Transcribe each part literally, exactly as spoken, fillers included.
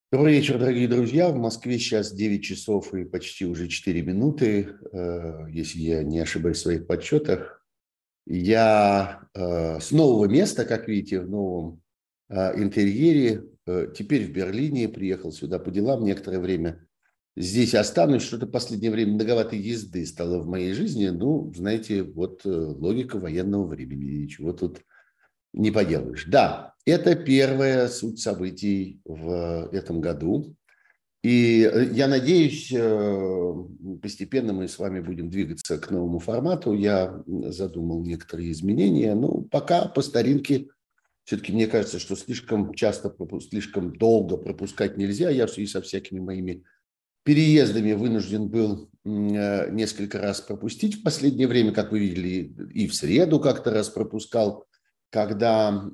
Добрый вечер, дорогие друзья. В Москве сейчас девять часов и почти уже четыре минуты, э, если я не ошибаюсь в своих подсчетах. Я э, с нового места, как видите, в новом э, интерьере. Э, теперь в Берлине, приехал сюда по делам. Некоторое время здесь останусь. Что-то в последнее время многовато езды стало в моей жизни. Ну, знаете, вот э, логика военного времени. Ничего тут не поделаешь. Да, это первая суть событий в этом году. И э, я надеюсь, э, постепенно мы с вами будем двигаться к новому формату. Я задумал некоторые изменения. Ну, пока по старинке. Все-таки мне кажется, что слишком часто, слишком долго пропускать нельзя. Я в связи со всякими моими переездами вынужден был э, несколько раз пропустить в последнее время, как вы видели, и в среду как-то раз пропускал, когда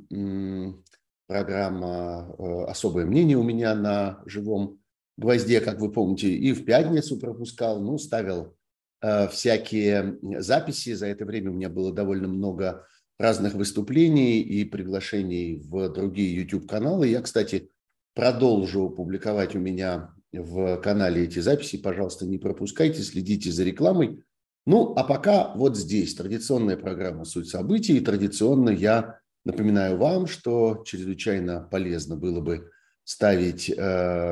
программа э, «Особое мнение» у меня на живом гвозде, как вы помните, и в пятницу пропускал, ну, ставил э, всякие записи. За это время у меня было довольно много разных выступлений и приглашений в другие YouTube-каналы. Я, кстати, продолжу публиковать у меня в канале эти записи. Пожалуйста, не пропускайте, следите за рекламой. Ну, а пока вот здесь традиционная программа «Суть событий». И традиционно я напоминаю вам, что чрезвычайно полезно было бы ставить э,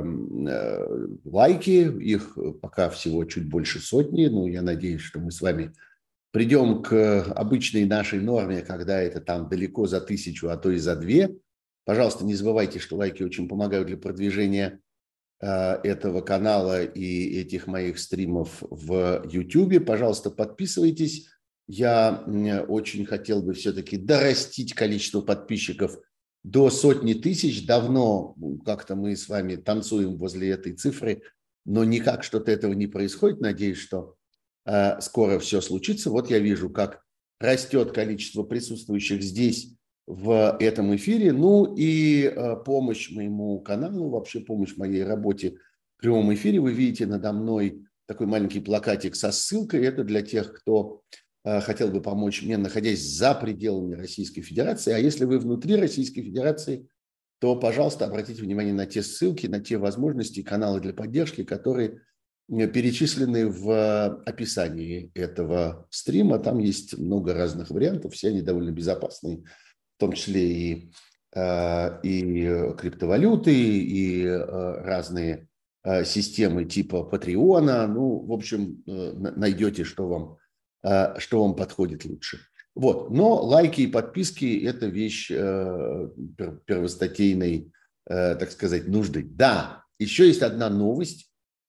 э, лайки. Их пока всего чуть больше сотни. Но я надеюсь, что мы с вами придем к обычной нашей норме, когда это там далеко за тысячу, а то и за две. Пожалуйста, не забывайте, что лайки очень помогают для продвижения э, этого канала и этих моих стримов в YouTube. Пожалуйста, подписывайтесь. Я э, очень хотел бы все-таки дорастить количество подписчиков до сотни тысяч. Давно как-то мы с вами танцуем возле этой цифры, но никак что-то этого не происходит. Надеюсь, что э, скоро все случится. Вот я вижу, как растет количество присутствующих здесь в этом эфире. Ну и э, помощь моему каналу, вообще помощь моей работе в прямом эфире. Вы видите надо мной такой маленький плакатик со ссылкой. Это для тех, кто э, хотел бы помочь мне, находясь за пределами Российской Федерации. А если вы внутри Российской Федерации, то, пожалуйста, обратите внимание на те ссылки, на те возможности, каналы для поддержки, которые перечислены в описании этого стрима. Там есть много разных вариантов, все они довольно безопасные, в том числе и, и криптовалюты, и разные системы типа Патреона. Ну, в общем, найдете, что вам, что вам подходит лучше. Вот. Но лайки и подписки – это вещь первостатейной, так сказать, нужды. Да, еще есть одна новость.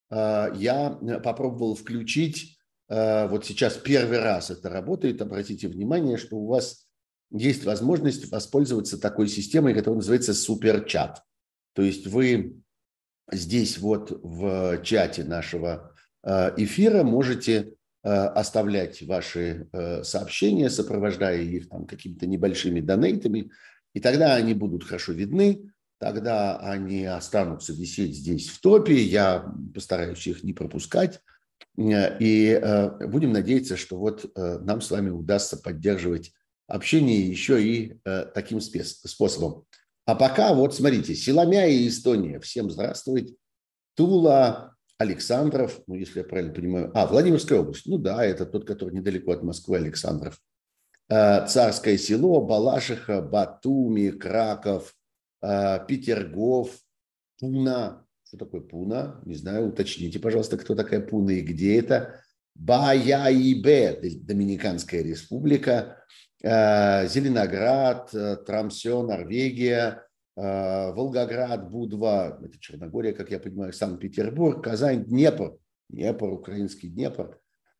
Я попробовал включить, вот сейчас первый раз это работает, обратите внимание, что у вас есть возможность воспользоваться такой системой, которая называется суперчат. То есть вы здесь вот в чате нашего эфира можете оставлять ваши сообщения, сопровождая их там какими-то небольшими донейтами, и тогда они будут хорошо видны, тогда они останутся висеть здесь в топе, я постараюсь их не пропускать, и будем надеяться, что вот нам с вами удастся поддерживать общение еще и таким способом. А пока, вот смотрите, Силомя и Эстония. Всем здравствуйте. Тула, Александров, ну, если я правильно понимаю, а, Владимирская область. Ну да, это тот, который недалеко от Москвы, Александров. Царское село, Балашиха, Батуми, Краков, Петергоф, Пуна. Что такое Пуна? Не знаю, уточните, пожалуйста, кто такая Пуна и где это. Баяибе, Доминиканская республика, Зеленоград, Трамсё, Норвегия, Волгоград, Будва, это Черногория, как я понимаю, Санкт-Петербург, Казань, Днепр, Днепр, украинский Днепр.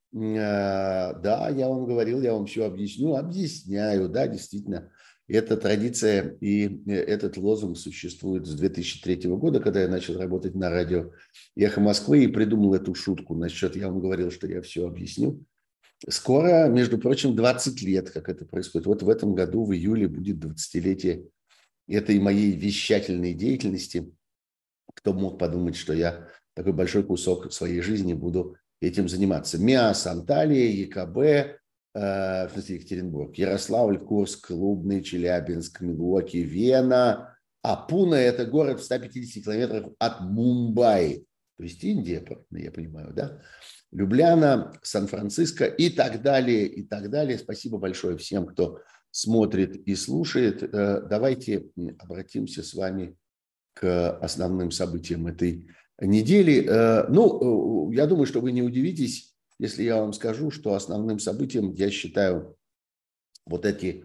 Да, я вам говорил, я вам все объясню, объясняю, да, действительно, эта традиция и этот лозунг существует с две тысячи третьего года, когда я начал работать на радио «Эхо Москвы» и придумал эту шутку насчет, я вам говорил, что я все объясню. Скоро, между прочим, двадцать лет, как это происходит. Вот в этом году, в июле, будет двадцатилетие этой моей вещательной деятельности. Кто мог подумать, что я такой большой кусок своей жизни буду этим заниматься. МИАС, Анталия, ЕКБ, э, в смысле Екатеринбург, Ярославль, Курск, Лубны, Челябинск, Милуоки, Вена, А Пуна – это город в ста пятидесяти километрах от Мумбаи, то есть Индия, я понимаю, да? Любляна, Сан-Франциско и так далее, и так далее. Спасибо большое всем, кто смотрит и слушает. Давайте обратимся с вами к основным событиям этой недели. Ну, я думаю, что вы не удивитесь, если я вам скажу, что основным событием я считаю вот эти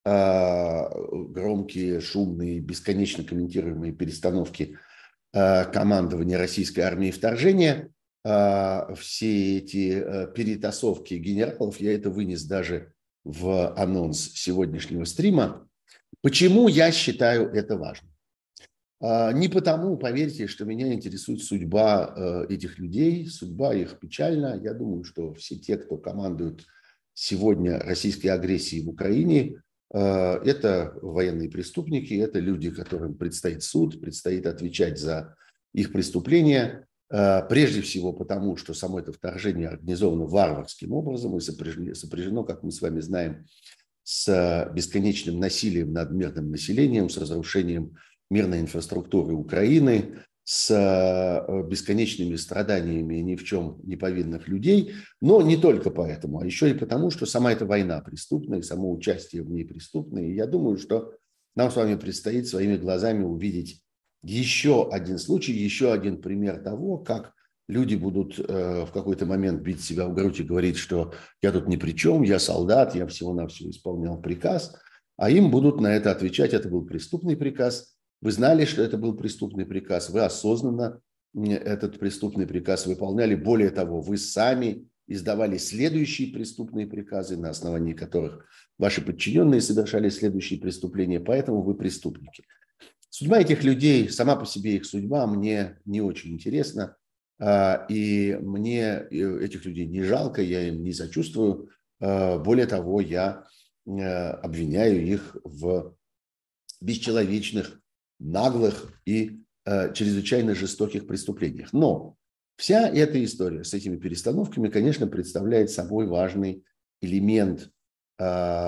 громкие, шумные, бесконечно комментируемые перестановки командования российской армии вторжения. Все эти перетасовки генералов, я это вынес даже в анонс сегодняшнего стрима. Почему я считаю это важным? Не потому, поверьте, что меня интересует судьба этих людей, судьба их печальна. Я думаю, что все те, кто командует сегодня российской агрессией в Украине, это военные преступники, это люди, которым предстоит суд, предстоит отвечать за их преступления. Прежде всего потому, что само это вторжение организовано варварским образом и сопряжено, сопряжено, как мы с вами знаем, с бесконечным насилием над мирным населением, с разрушением мирной инфраструктуры Украины, с бесконечными страданиями ни в чем не повинных людей, но не только поэтому, а еще и потому, что сама эта война преступна, и само участие в ней преступно. И я думаю, что нам с вами предстоит своими глазами увидеть еще один случай, еще один пример того, как люди будут э, в какой-то момент бить себя в грудь и говорить, что я тут ни при чем, я солдат, я всего-навсего исполнял приказ, а им будут на это отвечать, это был преступный приказ. Вы знали, что это был преступный приказ, вы осознанно этот преступный приказ выполняли. Более того, вы сами издавали следующие преступные приказы, на основании которых ваши подчиненные совершали следующие преступления, поэтому вы преступники. Судьба этих людей, сама по себе их судьба, мне не очень интересна, и мне этих людей не жалко, я им не сочувствую. Более того, я обвиняю их в бесчеловечных, наглых и э, чрезвычайно жестоких преступлениях. Но вся эта история с этими перестановками, конечно, представляет собой важный элемент э,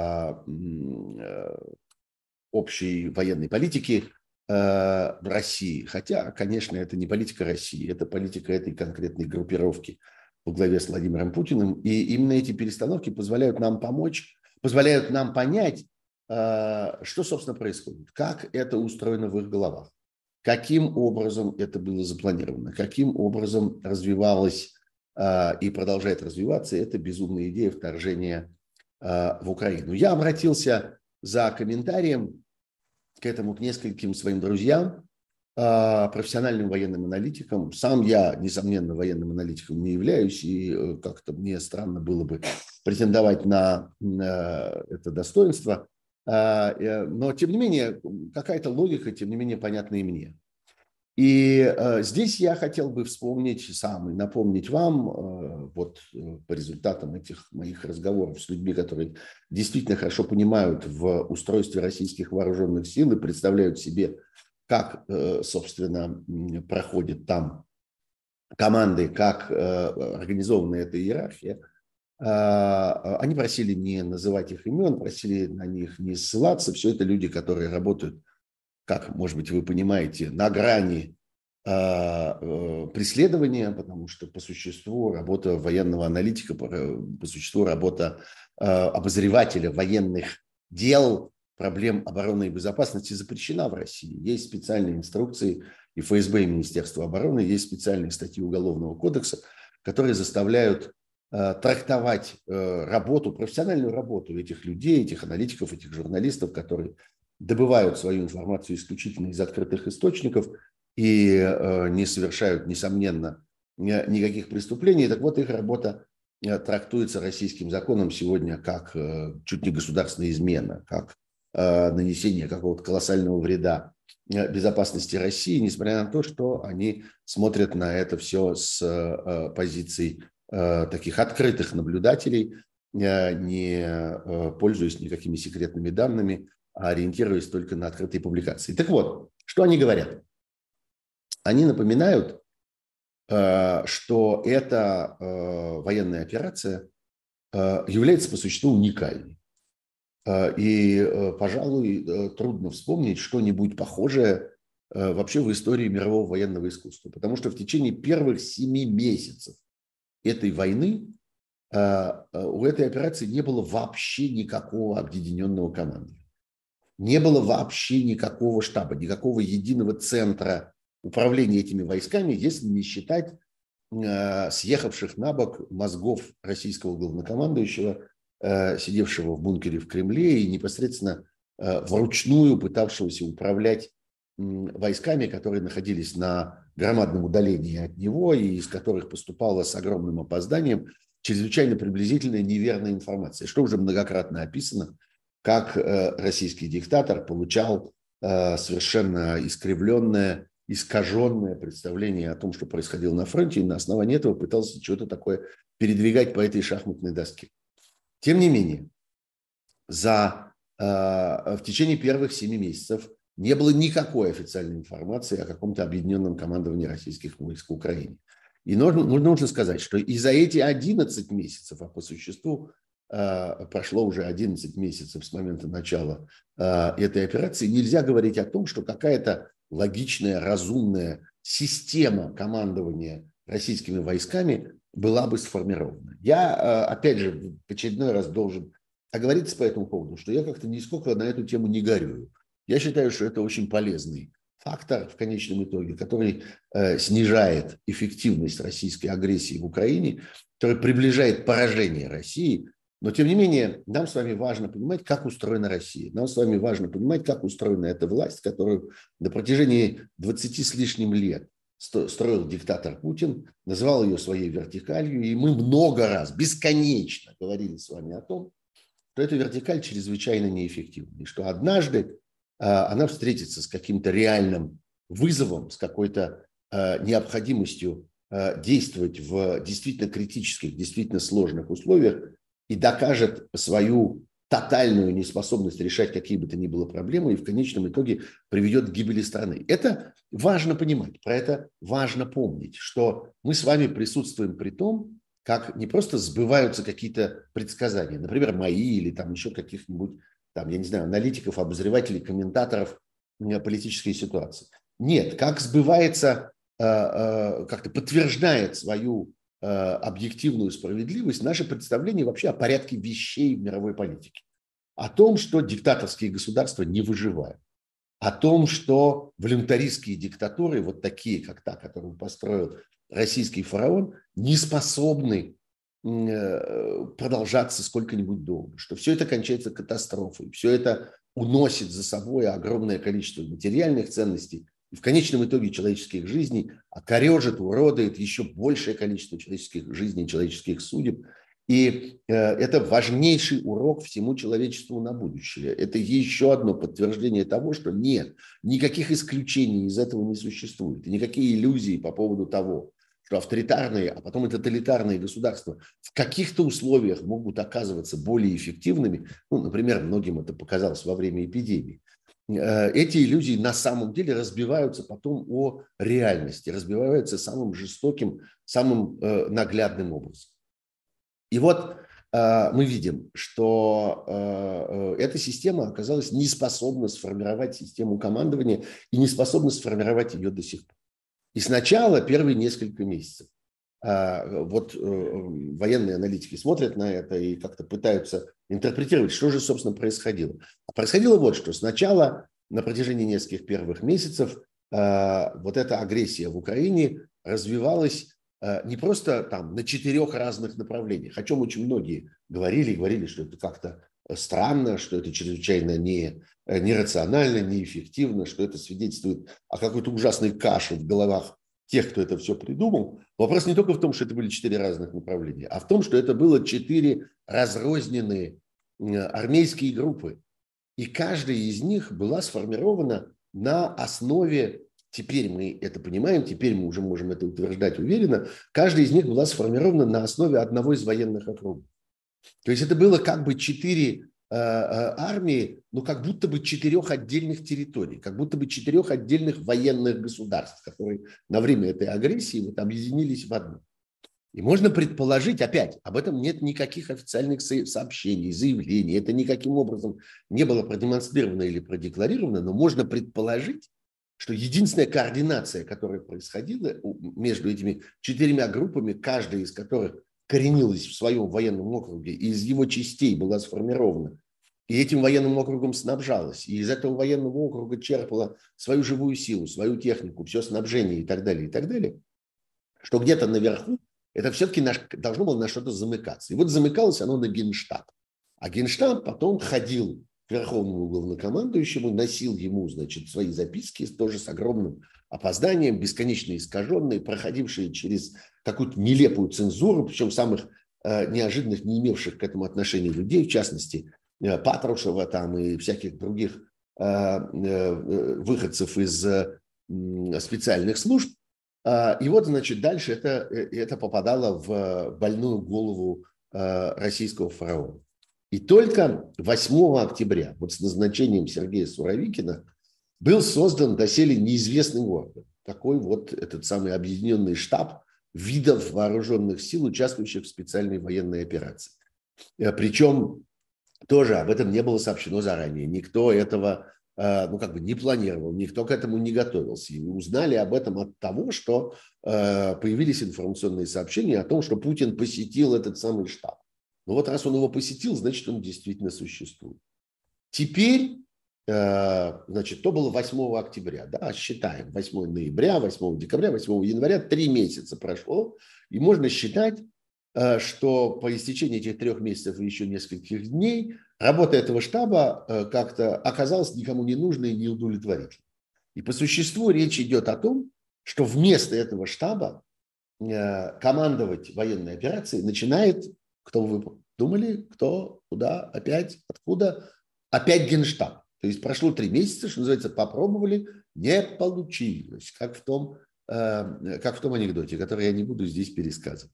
э, общей военной политики э, в России. Хотя, конечно, это не политика России, это политика этой конкретной группировки во главе с Владимиром Путиным. И именно эти перестановки позволяют нам помочь, позволяют нам понять, что, собственно, происходит, как это устроено в их головах, каким образом это было запланировано, каким образом развивалась и продолжает развиваться эта безумная идея вторжения в Украину. Я обратился за комментарием к этому к нескольким своим друзьям, профессиональным военным аналитикам. Сам я, несомненно, военным аналитиком не являюсь, и как-то мне странно было бы претендовать на это достоинство. Но, тем не менее, какая-то логика, тем не менее, понятна и мне. И здесь я хотел бы вспомнить сам и напомнить вам, вот по результатам этих моих разговоров с людьми, которые действительно хорошо понимают в устройстве российских вооруженных сил и представляют себе, как, собственно, проходит там команды, как организована эта иерархия. Они просили не называть их имен, просили на них не ссылаться. Все это люди, которые работают, как, может быть, вы понимаете, на грани преследования, потому что по существу работа военного аналитика, по существу работа обозревателя военных дел, проблем обороны и безопасности запрещена в России. Есть специальные инструкции и эф эс бэ, и Министерства обороны, есть специальные статьи Уголовного кодекса, которые заставляют трактовать работу, профессиональную работу этих людей, этих аналитиков, этих журналистов, которые добывают свою информацию исключительно из открытых источников и не совершают, несомненно, никаких преступлений. Так вот, их работа трактуется российским законом сегодня как чуть не государственная измена, как нанесение какого-то колоссального вреда безопасности России, несмотря на то, что они смотрят на это все с позиций таких открытых наблюдателей, не пользуясь никакими секретными данными, а ориентируясь только на открытые публикации. Так вот, что они говорят? Они напоминают, что эта военная операция является по существу уникальной. И, пожалуй, трудно вспомнить что-нибудь похожее вообще в истории мирового военного искусства. Потому что в течение первых семи месяцев этой войны у этой операции не было вообще никакого объединенного командования. Не было вообще никакого штаба, никакого единого центра управления этими войсками, если не считать съехавших на бок мозгов российского главнокомандующего, сидевшего в бункере в Кремле и непосредственно вручную пытавшегося управлять войсками, которые находились на громадном удалении от него и из которых поступала с огромным опозданием чрезвычайно приблизительная неверная информация, что уже многократно описано, как российский диктатор получал совершенно искривленное, искаженное представление о том, что происходило на фронте, и на основании этого пытался что-то такое передвигать по этой шахматной доске. Тем не менее, за, э, в течение первых семи месяцев не было никакой официальной информации о каком-то объединенном командовании российских войск в Украине. И нужно, нужно сказать, что и за эти одиннадцать месяцев, а по существу э, прошло уже одиннадцать месяцев с момента начала э, этой операции, нельзя говорить о том, что какая-то логичная, разумная система командования российскими войсками была бы сформирована. Я, опять же, в очередной раз должен оговориться по этому поводу, что я как-то нисколько на эту тему не горюю. Я считаю, что это очень полезный фактор в конечном итоге, который э, снижает эффективность российской агрессии в Украине, который приближает поражение России. Но, тем не менее, нам с вами важно понимать, как устроена Россия. Нам с вами важно понимать, как устроена эта власть, которую на протяжении двадцати с лишним лет строил диктатор Путин, называл ее своей вертикалью. И мы много раз, бесконечно говорили с вами о том, что эта вертикаль чрезвычайно неэффективна. И что однажды она встретится с каким-то реальным вызовом, с какой-то необходимостью действовать в действительно критических, действительно сложных условиях и докажет свою тотальную неспособность решать какие бы то ни было проблемы и в конечном итоге приведет к гибели страны. Это важно понимать, про это важно помнить, что мы с вами присутствуем при том, как не просто сбываются какие-то предсказания, например, мои или там еще каких-нибудь, там, я не знаю, аналитиков, обозревателей, комментаторов политической ситуации. Нет, как сбывается, как-то подтверждает свою объективную справедливость наше представление вообще о порядке вещей в мировой политике. О том, что диктаторские государства не выживают. О том, что волюнтаристские диктатуры, вот такие, как та, которую построил российский фараон, не способны продолжаться сколько-нибудь долго. Что все это кончается катастрофой. Все это уносит за собой огромное количество материальных ценностей, и в конечном итоге человеческих жизней, а корежит, уродует еще большее количество человеческих жизней, человеческих судеб. И э, это важнейший урок всему человечеству на будущее. Это еще одно подтверждение того, что нет, никаких исключений из этого не существует. И никакие иллюзии по поводу того, что авторитарные, а потом и тоталитарные государства в каких-то условиях могут оказываться более эффективными. Ну, например, многим это показалось во время эпидемии. Эти иллюзии на самом деле разбиваются потом о реальности, разбиваются самым жестоким, самым э, наглядным образом. И вот э, мы видим, что э, эта система оказалась не способна сформировать систему командования и не способна сформировать ее до сих пор. И сначала, первые несколько месяцев, э, вот э, военные аналитики смотрят на это и как-то пытаются интерпретировать, что же, собственно, происходило. А происходило вот что. Сначала на протяжении нескольких первых месяцев э, вот эта агрессия в Украине развивалась э, не просто там на четырех разных направлениях, о чем очень многие говорили, говорили, что это как-то странно, что это чрезвычайно не, нерационально, неэффективно, что это свидетельствует о какой-то ужасной каше в головах тех, кто это все придумал. Вопрос не только в том, что это были четыре разных направления, а в том, что это было четыре разрозненные армейские группы. И каждая из них была сформирована на основе, теперь мы это понимаем, теперь мы уже можем это утверждать уверенно, каждая из них была сформирована на основе одного из военных округов. То есть это было как бы четыре э, армии, ну как будто бы четырех отдельных территорий, как будто бы четырех отдельных военных государств, которые на время этой агрессии вот объединились в одно. И можно предположить, опять, об этом нет никаких официальных сообщений, заявлений, это никаким образом не было продемонстрировано или продекларировано, но можно предположить, что единственная координация, которая происходила между этими четырьмя группами, каждая из которых коренилась в своем военном округе и из его частей была сформирована, и этим военным округом снабжалась, и из этого военного округа черпала свою живую силу, свою технику, все снабжение и так далее, и так далее, что где-то наверху это все-таки должно было на что-то замыкаться. И вот замыкалось оно на Генштаб. А Генштаб потом ходил к верховному главнокомандующему, носил ему, значит, свои записки, тоже с огромным опозданием, бесконечно искаженные, проходившие через какую-то нелепую цензуру, причем самых э, неожиданных, не имевших к этому отношения людей, в частности, э, Патрушева там и всяких других э, э, выходцев из э, специальных служб. И вот, значит, дальше это, это попадало в больную голову российского фараона. И только восьмого октября, вот с назначением Сергея Суровикина, был создан доселе неизвестный орган. Такой вот этот самый объединенный штаб видов вооруженных сил, участвующих в специальной военной операции. Причем тоже об этом не было сообщено заранее. Никто этого... ну, как бы не планировал, никто к этому не готовился. И узнали об этом от того, что э, появились информационные сообщения о том, что Путин посетил этот самый штаб. Ну вот раз он его посетил, значит, он действительно существует. Теперь, э, значит, то было восьмого октября, да, считаем, восьмого ноября, восьмого декабря, восьмого января, три месяца прошло, и можно считать, э, что по истечении этих трех месяцев и еще нескольких дней работа этого штаба э, как-то оказалась никому не нужной и неудовлетворительной. И по существу речь идет о том, что вместо этого штаба э, командовать военной операцией начинает, кто вы думали, кто, куда, опять, откуда? Опять Генштаб. То есть прошло три месяца, что называется, попробовали, не получилось, как в том, э, как в том анекдоте, который я не буду здесь пересказывать.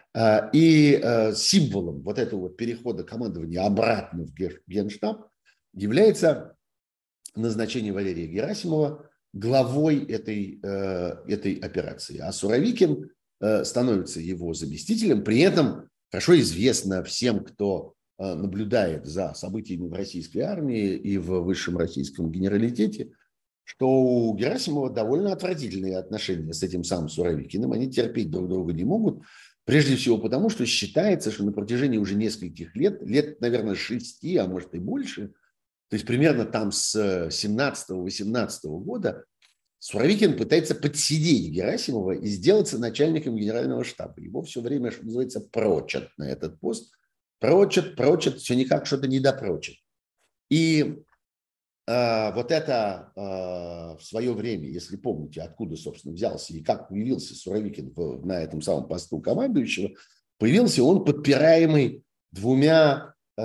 И символом вот этого вот перехода командования обратно в Генштаб является назначение Валерия Герасимова главой этой, этой операции. А Суровикин становится его заместителем. При этом хорошо известно всем, кто наблюдает за событиями в российской армии и в высшем российском генералитете, что у Герасимова довольно отвратительные отношения с этим самым Суровикиным. Они терпеть друг друга не могут. Прежде всего потому, что считается, что на протяжении уже нескольких лет, лет, наверное, шести, а может и больше, то есть примерно там с семнадцатого-восемнадцатого года, Суровикин пытается подсидеть Герасимова и сделаться начальником генерального штаба. Его все время, что называется, прочат на этот пост. Прочат, прочат, все никак что-то недопрочат. И э, вот это э, в свое время, если помните, откуда, собственно, взялся и как появился Суровикин в, на этом самом посту командующего, появился он подпираемый двумя э,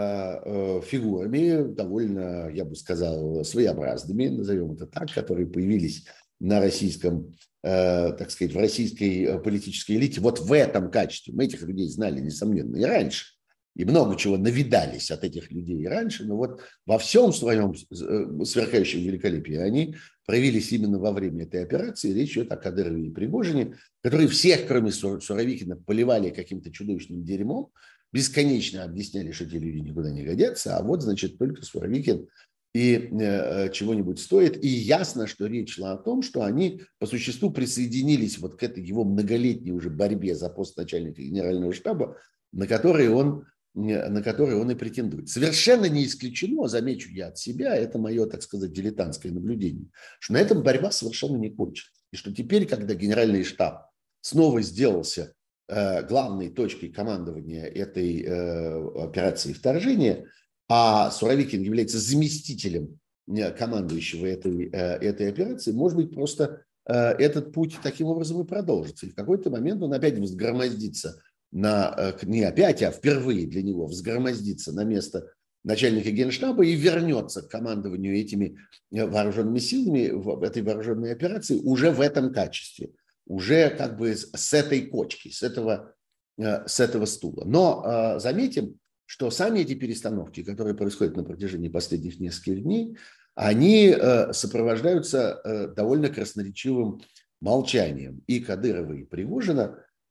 э, фигурами, довольно, я бы сказал, своеобразными, назовем это так, которые появились на российском, э, так сказать, в российской политической элите. Вот в этом качестве мы этих людей знали, несомненно, и раньше. И много чего навидались от этих людей и раньше, но вот во всем своем сверкающем великолепии они проявились именно во время этой операции. Речь идет о Кадырове и Пригожине, которые всех, кроме Суровикина, поливали каким-то чудовищным дерьмом, бесконечно объясняли, что эти люди никуда не годятся, а вот, значит, только Суровикин и э, чего-нибудь стоит. И ясно, что речь шла о том, что они по существу присоединились вот к этой его многолетней уже борьбе за пост начальника генерального штаба, на который он на который он и претендует. Совершенно не исключено, замечу я от себя, это мое, так сказать, дилетантское наблюдение, что на этом борьба совершенно не кончилась. И что теперь, когда генеральный штаб снова сделался э, главной точкой командования этой э, операции вторжения, а Суровикин является заместителем командующего этой, э, этой операции, может быть, просто э, этот путь таким образом и продолжится. И в какой-то момент он опять взгромоздится на, не опять, а впервые для него взгромоздится на место начальника Генштаба и вернется к командованию этими вооруженными силами в этой вооруженной операции уже в этом качестве, уже как бы с этой кочки, с этого, с этого стула. Но заметим, что сами эти перестановки, которые происходят на протяжении последних нескольких дней, они сопровождаются довольно красноречивым молчанием и Кадырова, и Пригожина,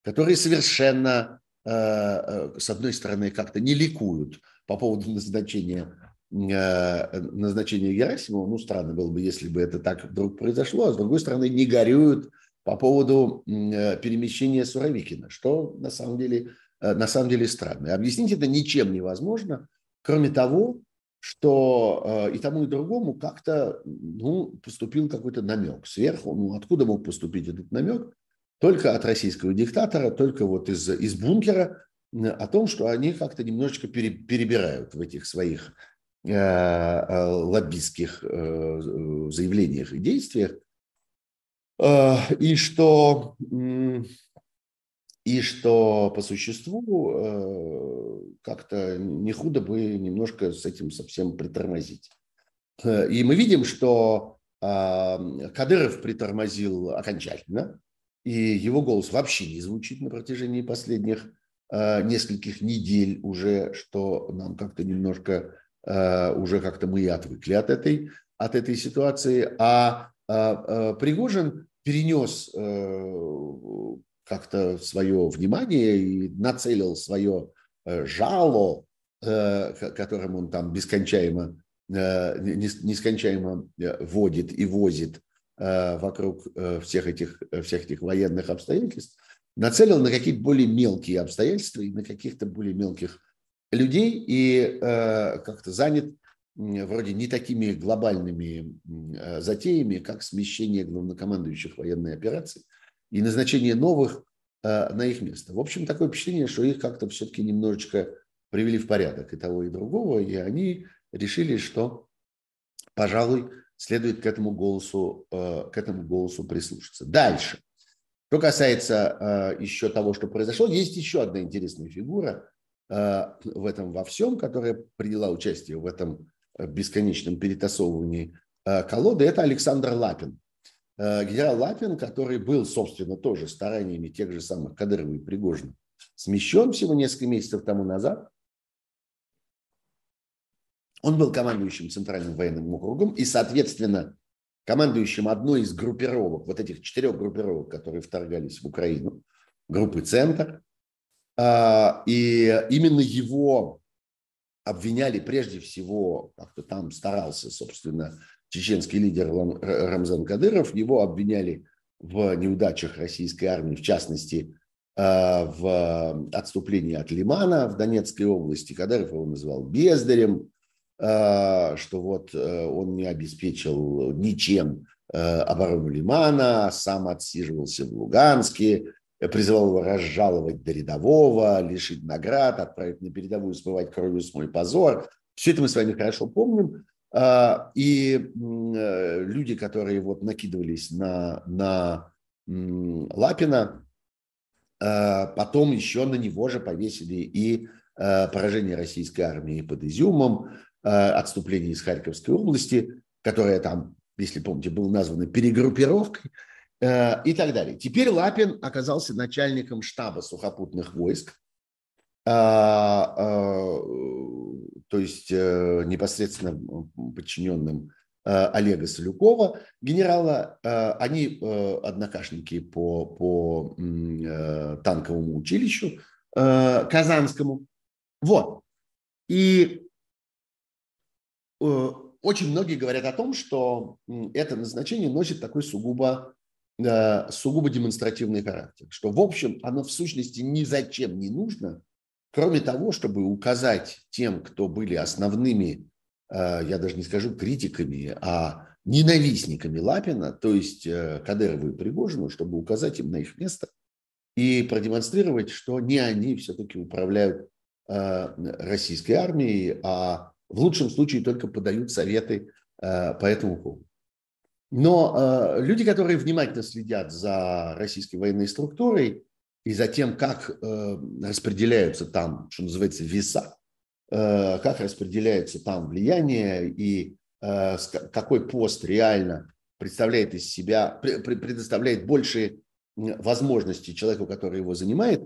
которые совершенно, с одной стороны, как-то не ликуют по поводу назначения, назначения Герасимова. Ну, странно было бы, если бы это так вдруг произошло. А с другой стороны, не горюют по поводу перемещения Суровикина, что на самом деле, на самом деле странно. И объяснить это ничем невозможно, кроме того, что и тому, и другому как-то, ну, поступил какой-то намек сверху. Ну, откуда мог поступить этот намек? Только от российского диктатора, только вот из, из бункера, о том, что они как-то немножечко пере, перебирают в этих своих э, э, лоббистских э, заявлениях и действиях. Э, и что... Э, И что по существу э, как-то не худо бы немножко с этим совсем притормозить. И мы видим, что э, Кадыров притормозил окончательно, и его голос вообще не звучит на протяжении последних э, нескольких недель уже, что нам как-то немножко, э, уже как-то мы и отвыкли от этой, от этой ситуации. А э, э, Пригожин перенес... Э, как-то свое внимание и нацелил свое жало, которым он там бескончаемо, нескончаемо водит и возит вокруг всех этих, всех этих военных обстоятельств, нацелил на какие-то более мелкие обстоятельства и на каких-то более мелких людей и как-то занят вроде не такими глобальными затеями, как смещение главнокомандующих военной операции и назначение новых э, на их место. В общем, такое впечатление, что их как-то все-таки немножечко привели в порядок и того, и другого, и они решили, что, пожалуй, следует к этому голосу, э, к этому голосу прислушаться. Дальше. Что касается э, еще того, что произошло, есть еще одна интересная фигура э, в этом во всем, которая приняла участие в этом бесконечном перетасовывании э, колоды. Это Александр Лапин. Генерал Лапин, который был, собственно, тоже стараниями тех же самых Кадырова и Пригожина смещен всего несколько месяцев тому назад. Он был командующим Центральным военным округом и, соответственно, командующим одной из группировок, вот этих четырех группировок, которые вторгались в Украину, группы «Центр». И именно его обвиняли прежде всего, как-то там старался, собственно, чеченский лидер Рамзан Кадыров. Его обвиняли в неудачах российской армии, в частности, в отступлении от Лимана в Донецкой области. Кадыров его называл бездарем, что вот он не обеспечил ничем оборону Лимана, сам отсиживался в Луганске, призывал его разжаловать до рядового, лишить наград, отправить на передовую, смывать кровью свой позор. Все это мы с вами хорошо помним. И люди, которые вот накидывались на, на Лапина, потом еще на него же повесили и поражение российской армии под Изюмом, отступление из Харьковской области, которое там, если помните, было названо перегруппировкой, и так далее. Теперь Лапин оказался начальником штаба сухопутных войск, то есть непосредственно подчиненным Олега Солюкова, генерала. Они однокашники по, по танковому училищу Казанскому. Вот. И очень многие говорят о том, что это назначение носит такой сугубо, сугубо демонстративный характер, что, в общем, оно в сущности ни зачем не нужно, кроме того, чтобы указать тем, кто были основными, я даже не скажу критиками, а ненавистниками Лапина, то есть Кадырову и Пригожину, чтобы указать им на их место и продемонстрировать, что не они все-таки управляют российской армией, а в лучшем случае только подают советы по этому поводу. Но люди, которые внимательно следят за российской военной структурой и за тем, как распределяются там, что называется, веса, как распределяется там влияние и какой пост реально представляет из себя, предоставляет большие возможности человеку, который его занимает,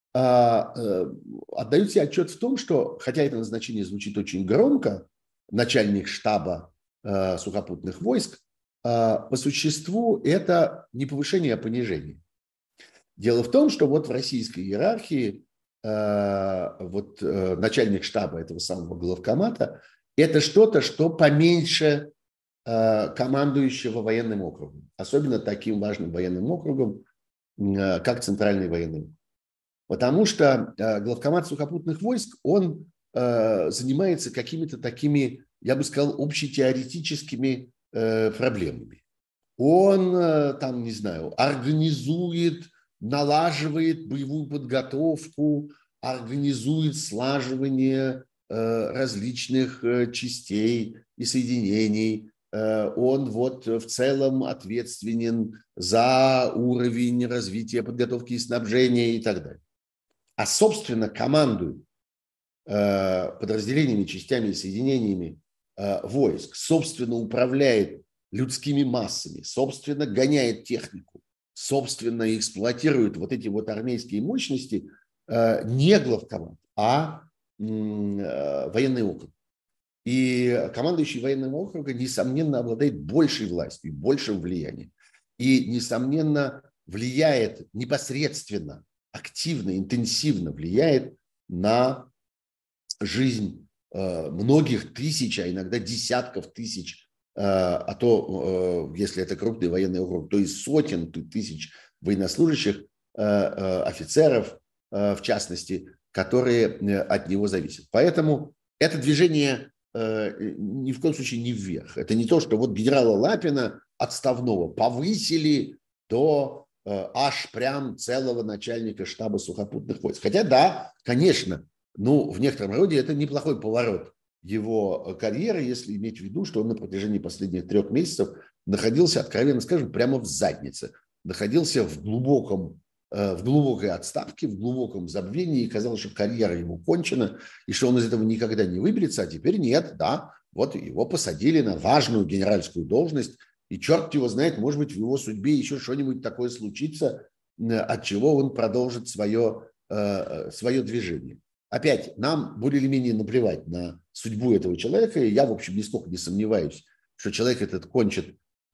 отдают себе отчет в том, что, хотя это назначение звучит очень громко, начальник штаба сухопутных войск, по существу это не повышение, а понижение. Дело в том, что вот в российской иерархии э, вот э, начальник штаба этого самого главкомата – это что-то, что поменьше э, командующего военным округом, особенно таким важным военным округом, э, как Центральный военный округ. Потому что э, главкомат сухопутных войск, он э, занимается какими-то такими, я бы сказал, общетеоретическими э, проблемами. Он э, там, не знаю, организует, налаживает боевую подготовку, организует слаживание э, различных э, частей и соединений. Э, он вот в целом ответственен за уровень развития подготовки и снабжения и так далее. А, собственно, командует э, подразделениями, частями и соединениями э, войск, собственно, управляет людскими массами, собственно, гоняет технику, собственно, эксплуатирует вот эти вот армейские мощности э, не главкомат, а э, военный округ. И командующий военным округом, несомненно, обладает большей властью, большим влиянием. И, несомненно, влияет непосредственно, активно, интенсивно влияет на жизнь э, многих тысяч, а иногда десятков тысяч, э, а то, э, если это крупный военный округ, то и сотен тысяч военнослужащих, э, э, офицеров, э, в частности, которые э, от него зависят. Поэтому это движение э, ни в коем случае не вверх. Это не то, что вот генерала Лапина отставного повысили до э, аж прям целого начальника штаба сухопутных войск. Хотя да, конечно, ну, в некотором роде это неплохой поворот его карьеры, если иметь в виду, что он на протяжении последних трех месяцев находился, откровенно скажем, прямо в заднице. Находился в глубоком, в глубокой отставке, в глубоком забвении, и казалось, что карьера ему кончена, и что он из этого никогда не выберется, а теперь нет, да, вот его посадили на важную генеральскую должность, и черт его знает, может быть, в его судьбе еще что-нибудь такое случится, от чего он продолжит свое, свое движение. Опять, нам более или менее наплевать на судьбу этого человека, и я, в общем, нисколько не сомневаюсь, что человек этот кончит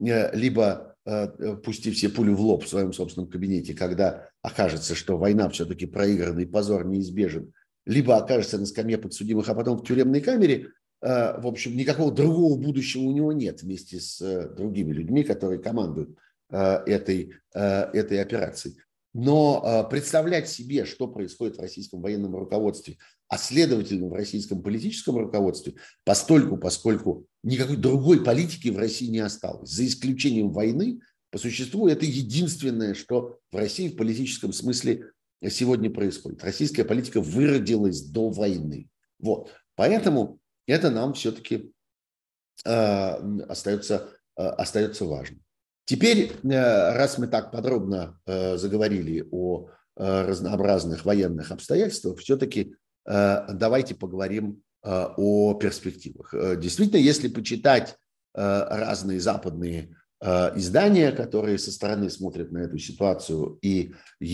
либо пустив все пулю в лоб в своем собственном кабинете, когда окажется, что война все-таки проиграна и позор неизбежен, либо окажется на скамье подсудимых, а потом в тюремной камере. В общем, никакого другого будущего у него нет вместе с другими людьми, которые командуют этой, этой операцией. Но представлять себе, что происходит в российском военном руководстве, а следовательно в российском политическом руководстве, постольку, поскольку никакой другой политики в России не осталось. За исключением войны, по существу, это единственное, что в России в политическом смысле сегодня происходит. Российская политика выродилась до войны. Вот. Поэтому это нам все-таки э, остается, э, остается важным. Теперь, раз мы так подробно заговорили о разнообразных военных обстоятельствах, все-таки давайте поговорим о перспективах. Действительно, если почитать разные западные издания, которые со стороны смотрят на эту ситуацию и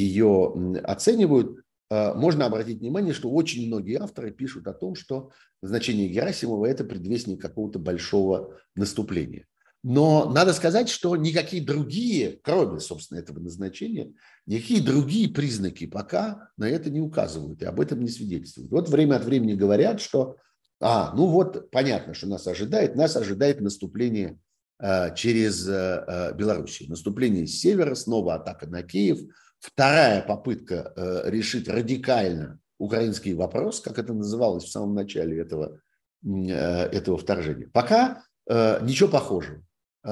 ее оценивают, можно обратить внимание, что очень многие авторы пишут о том, что назначение Герасимова – это предвестник какого-то большого наступления. Но надо сказать, что никакие другие, кроме, собственно, этого назначения, никакие другие признаки пока на это не указывают и об этом не свидетельствуют. Вот время от времени говорят, что, а, ну вот, понятно, что нас ожидает, нас ожидает наступление э, через э, Белоруссию, наступление с севера, снова атака на Киев, вторая попытка э, решить радикально украинский вопрос, как это называлось в самом начале этого, э, этого вторжения. Пока э, ничего похожего.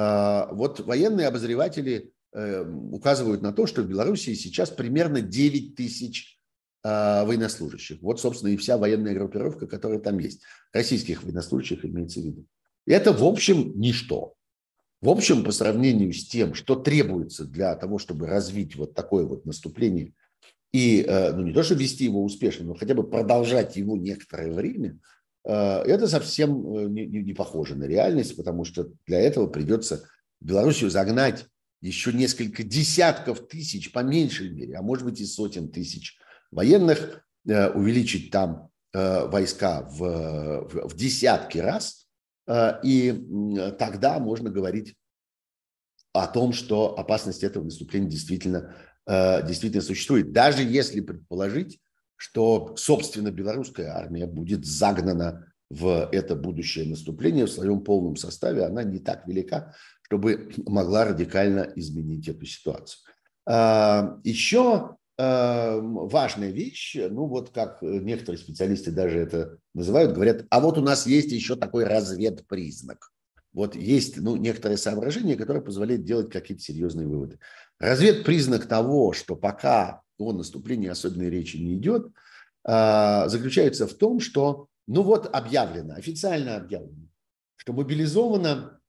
Вот военные обозреватели указывают на то, что в Белоруссии сейчас примерно девять тысяч военнослужащих. Вот, собственно, и вся военная группировка, которая там есть. Российских военнослужащих имеется в виду. И это, в общем, ничто. В общем, по сравнению с тем, что требуется для того, чтобы развить вот такое вот наступление и, ну, не то, что вести его успешно, но хотя бы продолжать его некоторое время, это совсем не, не, не похоже на реальность, потому что для этого придется Белоруссию загнать еще несколько десятков тысяч, по меньшей мере, а может быть и сотен тысяч военных, увеличить там войска в, в, в десятки раз, и тогда можно говорить о том, что опасность этого наступления действительно действительно существует. Даже если предположить, что, собственно, белорусская армия будет загнана в это будущее наступление в своем полном составе, она не так велика, чтобы могла радикально изменить эту ситуацию. Еще важная вещь, ну вот как некоторые специалисты даже это называют, говорят, а вот у нас есть еще такой разведпризнак. Вот есть ну, некоторые соображения, которые позволяют делать какие-то серьезные выводы. Разведпризнак того, что пока о наступлении особенной речи не идет, заключается в том, что, ну вот объявлено, официально объявлено, что мобилизовано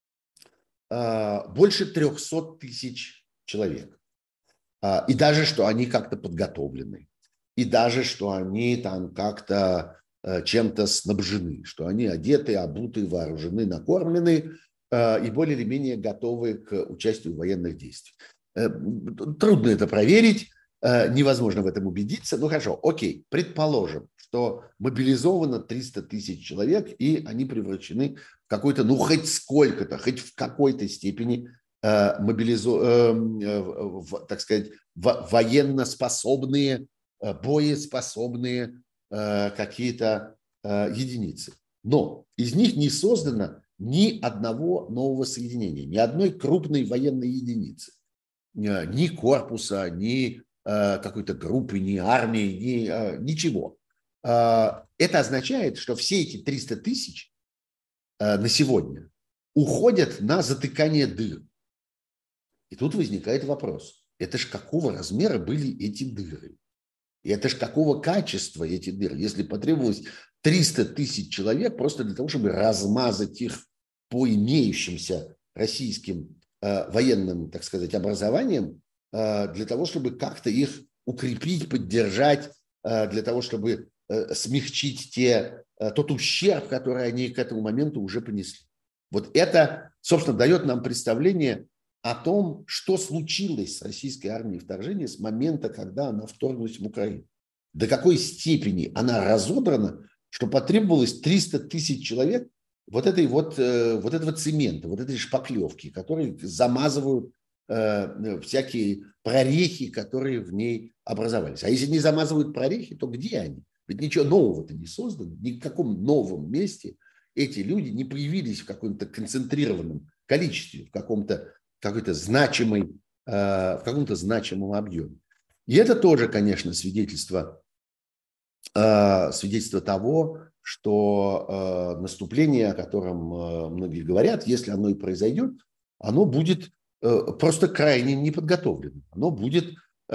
больше трехсот тысяч человек. И даже, что они как-то подготовлены. И даже, что они там как-то чем-то снабжены, что они одеты, обуты, вооружены, накормлены и более или менее готовы к участию в военных действиях. Трудно это проверить, невозможно в этом убедиться. Ну хорошо, окей, предположим, что мобилизовано триста тысяч человек, и они превращены в какой-то, ну хоть сколько-то, хоть в какой-то степени мобилизо... так сказать, военно-способные, боеспособные какие-то единицы. Но из них не создано ни одного нового соединения, ни одной крупной военной единицы, ни корпуса, ни какой-то группы, ни армии, ни, ничего. Это означает, что все эти триста тысяч на сегодня уходят на затыкание дыр. И тут возникает вопрос, это ж какого размера были эти дыры? И это ж какого качества эти дыры? Если потребовалось триста тысяч человек просто для того, чтобы размазать их по имеющимся российским э, военным, так сказать, образованиям, э, для того, чтобы как-то их укрепить, поддержать, э, для того, чтобы э, смягчить те, э, тот ущерб, который они к этому моменту уже понесли. Вот это, собственно, дает нам представление о том, что случилось с российской армией вторжения с момента, когда она вторглась в Украину. До какой степени она разодрана, что потребовалось триста тысяч человек вот, этой вот, вот этого цемента, вот этой шпаклевки, которые замазывают э, всякие прорехи, которые в ней образовались. А если не замазывают прорехи, то где они? Ведь ничего нового-то не создано, ни в каком новом месте эти люди не появились в каком-то концентрированном количестве, в каком-то какой-то значимый, в каком-то значимом объеме. И это тоже, конечно, свидетельство, свидетельство того, что наступление, о котором многие говорят, если оно и произойдет, оно будет просто крайне неподготовленным. Оно будет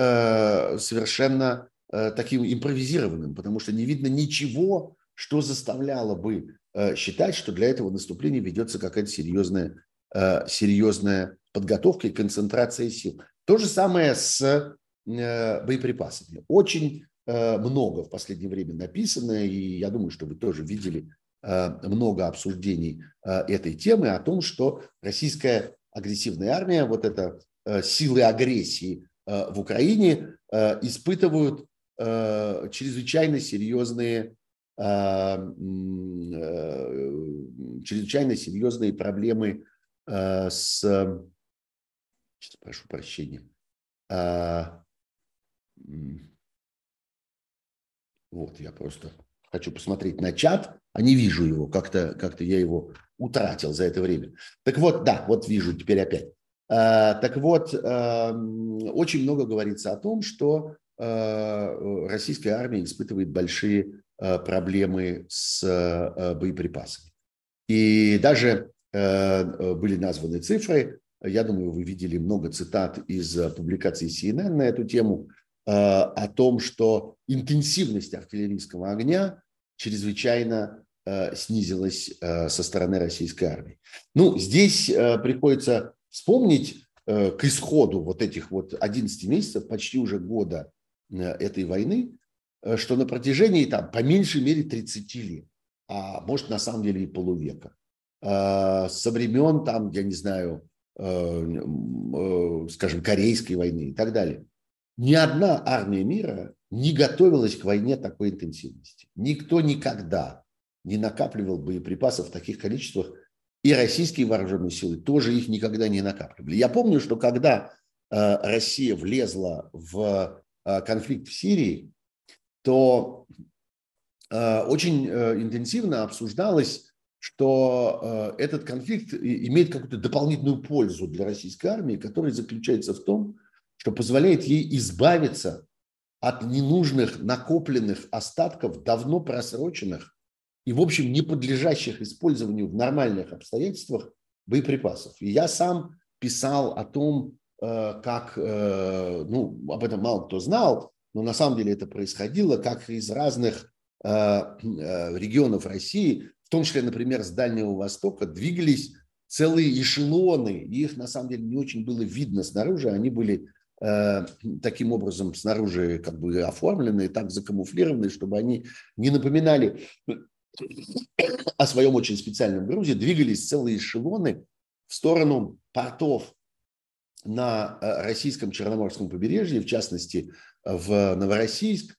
совершенно таким импровизированным, потому что не видно ничего, что заставляло бы считать, что для этого наступления ведется какая-то серьезная, серьезная подготовка и концентрация сил. То же самое с боеприпасами. Очень много в последнее время написано, и я думаю, что вы тоже видели много обсуждений этой темы о том, что российская агрессивная армия, вот это силы агрессии в Украине испытывают чрезвычайно серьезные, чрезвычайно серьезные проблемы с, сейчас прошу прощения, вот я просто хочу посмотреть на чат, а не вижу его, как-то, как-то я его утратил за это время. Так вот, да, вот вижу теперь опять. Так вот, очень много говорится о том, что российская армия испытывает большие проблемы с боеприпасами. И даже были названы цифры, я думаю, вы видели много цитат из публикаций си эн эн на эту тему, о том, что интенсивность артиллерийского огня чрезвычайно снизилась со стороны российской армии. Ну, здесь приходится вспомнить к исходу вот этих вот одиннадцати месяцев, почти уже года этой войны, что на протяжении там по меньшей мере тридцати лет, а может на самом деле и полувека, со времен там, я не знаю, скажем, Корейской войны и так далее, ни одна армия мира не готовилась к войне такой интенсивности. Никто никогда не накапливал боеприпасов в таких количествах, и российские вооруженные силы тоже их никогда не накапливали. Я помню, что когда Россия влезла в конфликт в Сирии, то очень интенсивно обсуждалось, что этот конфликт имеет какую-то дополнительную пользу для российской армии, которая заключается в том, что позволяет ей избавиться от ненужных накопленных остатков, давно просроченных и, в общем, не подлежащих использованию в нормальных обстоятельствах боеприпасов. И я сам писал о том, как, ну, об этом мало кто знал, но на самом деле это происходило, как из разных регионов России, в том числе, например, с Дальнего Востока, двигались целые эшелоны. Их, на самом деле, не очень было видно снаружи. Они были э, таким образом снаружи как бы оформлены, так закамуфлированы, чтобы они не напоминали о своем очень специальном грузе. Двигались целые эшелоны в сторону портов на российском Черноморском побережье, в частности, в Новороссийск.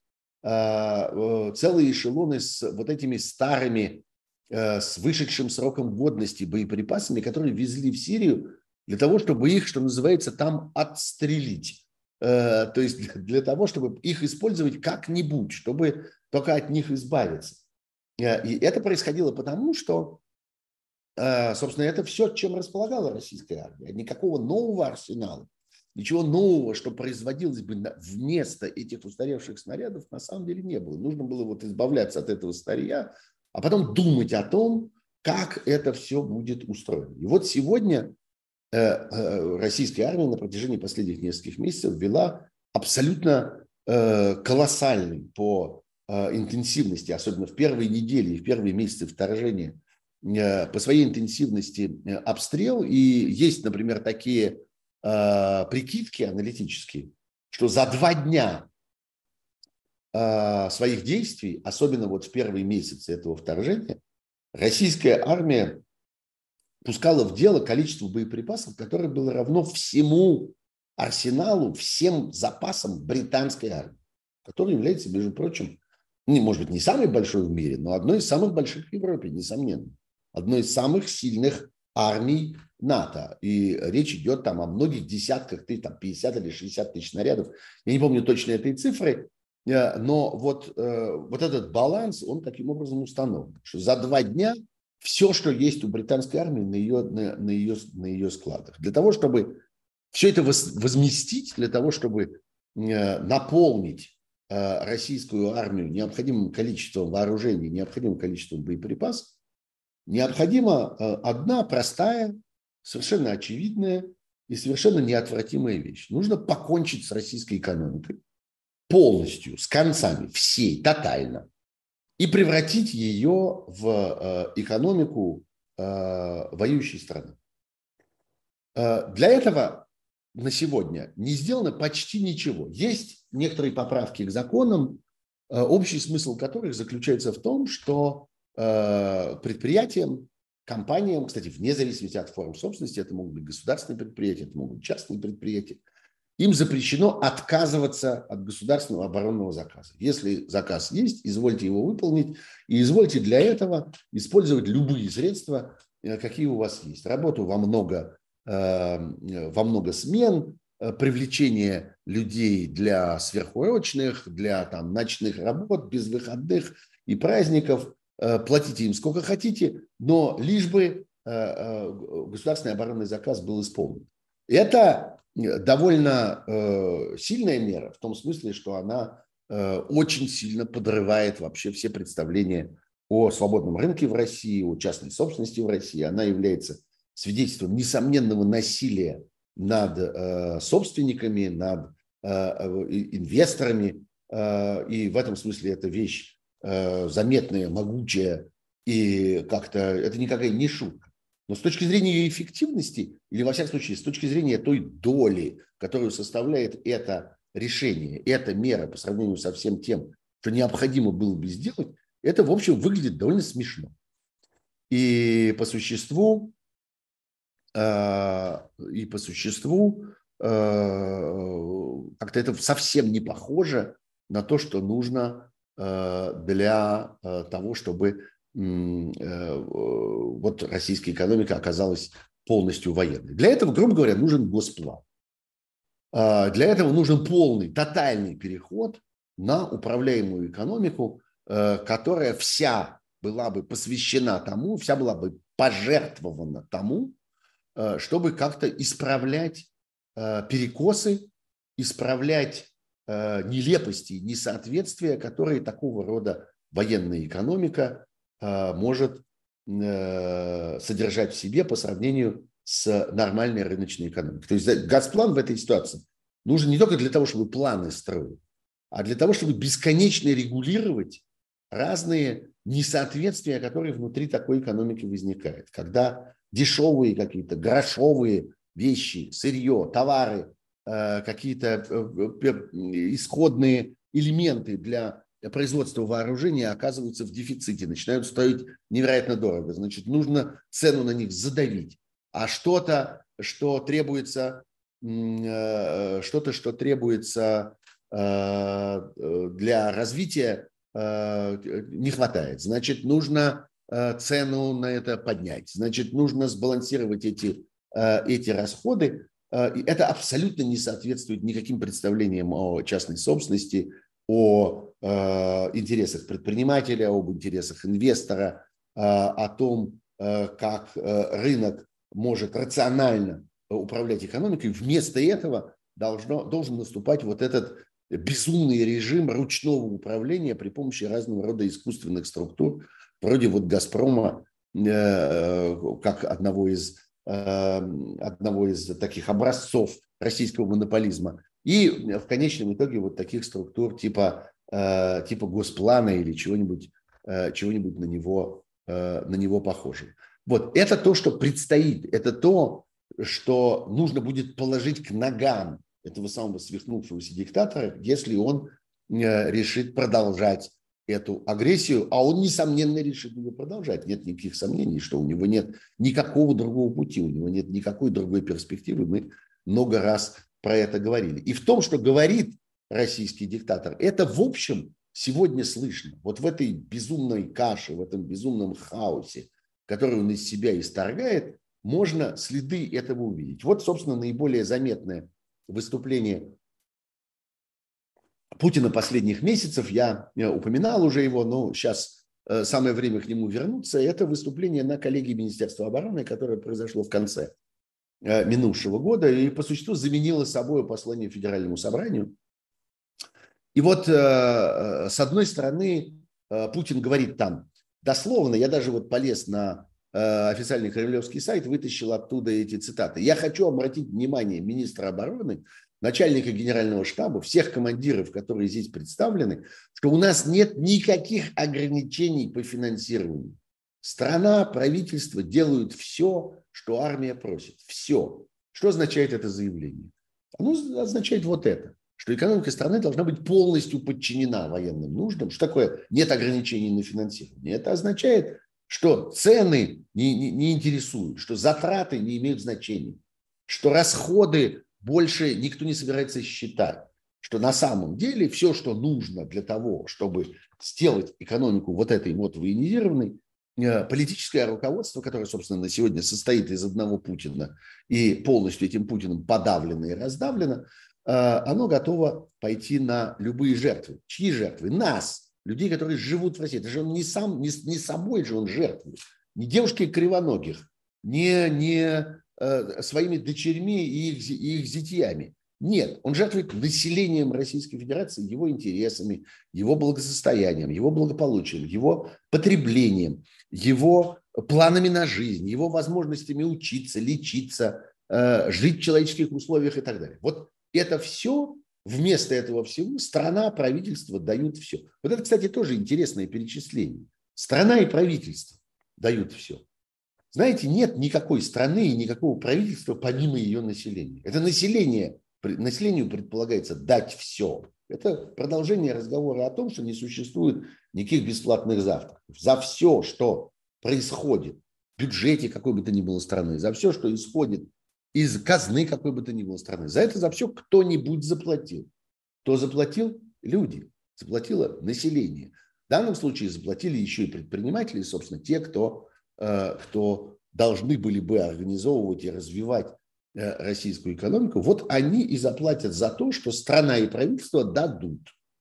Целые эшелоны с вот этими старыми, с вышедшим сроком годности боеприпасами, которые везли в Сирию для того, чтобы их, что называется, там отстрелить. То есть для того, чтобы их использовать как-нибудь, чтобы только от них избавиться. И это происходило потому, что, собственно, это все, чем располагала российская армия. Никакого нового арсенала, ничего нового, что производилось бы вместо этих устаревших снарядов, на самом деле не было. Нужно было вот избавляться от этого старья, а потом думать о том, как это все будет устроено. И вот сегодня российская армия на протяжении последних нескольких месяцев вела абсолютно колоссальный по интенсивности, особенно в первые недели и в первые месяцы вторжения, по своей интенсивности обстрел. И есть, например, такие прикидки аналитические, что за два дня своих действий, особенно вот в первые месяцы этого вторжения, российская армия пускала в дело количество боеприпасов, которое было равно всему арсеналу, всем запасам британской армии, которая является, между прочим, не, может быть, не самой большой в мире, но одной из самых больших в Европе, несомненно. Одной из самых сильных армий НАТО. И речь идет там о многих десятках, там пятьдесят или шестьдесят тысяч снарядов. Я не помню точно этой цифры, но вот, вот этот баланс, он таким образом установлен, что за два дня все, что есть у британской армии на ее, на, на ее, на ее складах. Для того, чтобы все это возместить, для того, чтобы наполнить российскую армию необходимым количеством вооружений, необходимым количеством боеприпасов, необходима одна простая, совершенно очевидная и совершенно неотвратимая вещь. Нужно покончить с российской экономикой полностью, с концами, всей, тотально, и превратить ее в экономику воюющей страны. Для этого на сегодня не сделано почти ничего. Есть некоторые поправки к законам, общий смысл которых заключается в том, что предприятиям, компаниям, кстати, вне зависимости от форм собственности, это могут быть государственные предприятия, это могут быть частные предприятия, им запрещено отказываться от государственного оборонного заказа. Если заказ есть, извольте его выполнить, и извольте для этого использовать любые средства, какие у вас есть. Работу во много, во много смен, привлечение людей для сверхурочных, для там, ночных работ, без выходных и праздников. Платите им сколько хотите, но лишь бы государственный оборонный заказ был исполнен. Это довольно сильная мера в том смысле, что она очень сильно подрывает вообще все представления о свободном рынке в России, о частной собственности в России. Она является свидетельством несомненного насилия над собственниками, над инвесторами. И в этом смысле эта вещь заметная, могучая, и как-то это никакая не шутка. Но с точки зрения ее эффективности, или во всяком случае с точки зрения той доли, которую составляет это решение, эта мера по сравнению со всем тем, что необходимо было бы сделать, это, в общем, выглядит довольно смешно. И по существу, и по существу как-то это совсем не похоже на то, что нужно для того, чтобы вот российская экономика оказалась полностью военной. Для этого, грубо говоря, нужен госплан. Для этого нужен полный, тотальный переход на управляемую экономику, которая вся была бы посвящена тому, вся была бы пожертвована тому, чтобы как-то исправлять перекосы, исправлять нелепости, несоответствия, которые такого рода военная экономика может содержать в себе по сравнению с нормальной рыночной экономикой. То есть Газплан в этой ситуации нужен не только для того, чтобы планы строить, а для того, чтобы бесконечно регулировать разные несоответствия, которые внутри такой экономики возникают. Когда дешевые какие-то грошовые вещи, сырье, товары, какие-то исходные элементы для производства вооружения оказываются в дефиците, начинают стоить невероятно дорого. Значит, нужно цену на них задавить. А что-то, что требуется, что-то, что требуется для развития, не хватает. Значит, нужно цену на это поднять. Значит, нужно сбалансировать эти, эти расходы. Это абсолютно не соответствует никаким представлениям о частной собственности, о интересах предпринимателя, об интересах инвестора, о том, как рынок может рационально управлять экономикой. Вместо этого должно, должен наступать вот этот безумный режим ручного управления при помощи разного рода искусственных структур, вроде вот «Газпрома», как одного из, одного из таких образцов российского монополизма. И в конечном итоге вот таких структур типа, типа Госплана или чего-нибудь, чего-нибудь на него, на него похожего. Вот это то, что предстоит, это то, что нужно будет положить к ногам этого самого свихнувшегося диктатора, если он решит продолжать эту агрессию, а он, несомненно, решит ее продолжать. Нет никаких сомнений, что у него нет никакого другого пути, у него нет никакой другой перспективы. Мы много раз про это говорили. И в том, что говорит российский диктатор, это, в общем, сегодня слышно. Вот в этой безумной каше, в этом безумном хаосе, который он из себя исторгает, можно следы этого увидеть. Вот, собственно, наиболее заметное выступление Путина последних месяцев, я упоминал уже его, но сейчас самое время к нему вернуться. Это выступление на коллегии Министерства обороны, которое произошло в конце минувшего года и по существу заменило собой послание Федеральному собранию. И вот с одной стороны Путин говорит там, дословно, я даже вот полез на официальный кремлевский сайт, вытащил оттуда эти цитаты. Я хочу обратить внимание министра обороны, начальника генерального штаба, всех командиров, которые здесь представлены, что у нас нет никаких ограничений по финансированию. Страна, правительство делают все, что армия просит. Все. Что означает это заявление? Оно означает вот это, что экономика страны должна быть полностью подчинена военным нуждам. Что такое нет ограничений на финансирование? Это означает, что цены не, не, не интересуют, что затраты не имеют значения, что расходы больше никто не собирается считать, что на самом деле все, что нужно для того, чтобы сделать экономику вот этой вот военизированной, политическое руководство, которое, собственно, на сегодня состоит из одного Путина и полностью этим Путиным подавлено и раздавлено, оно готово пойти на любые жертвы. Чьи жертвы? Нас, людей, которые живут в России. Это же он не сам, не, не собой же он жертвует. Не девушки кривоногих, не, не э, своими дочерьми и их, и их зятьями. Нет, он жертвует населением Российской Федерации, его интересами, его благосостоянием, его благополучием, его потреблением, его планами на жизнь, его возможностями учиться, лечиться, э, жить в человеческих условиях и так далее. Вот это все, вместо этого всего страна, правительство дают все. Вот это, кстати, тоже интересное перечисление. Страна и правительство дают все. Знаете, нет никакой страны и никакого правительства помимо ее населения. Это население, населению предполагается дать все. Это продолжение разговора о том, что не существует никаких бесплатных завтраков. За все, что происходит в бюджете какой бы то ни было страны, за все, что исходит из казны какой бы то ни было страны, за это за все кто-нибудь заплатил. Кто заплатил? Люди. Заплатило население. В данном случае заплатили еще и предприниматели, собственно, те, кто, кто должны были бы организовывать и развивать российскую экономику, вот они и заплатят за то, что страна и правительство дадут.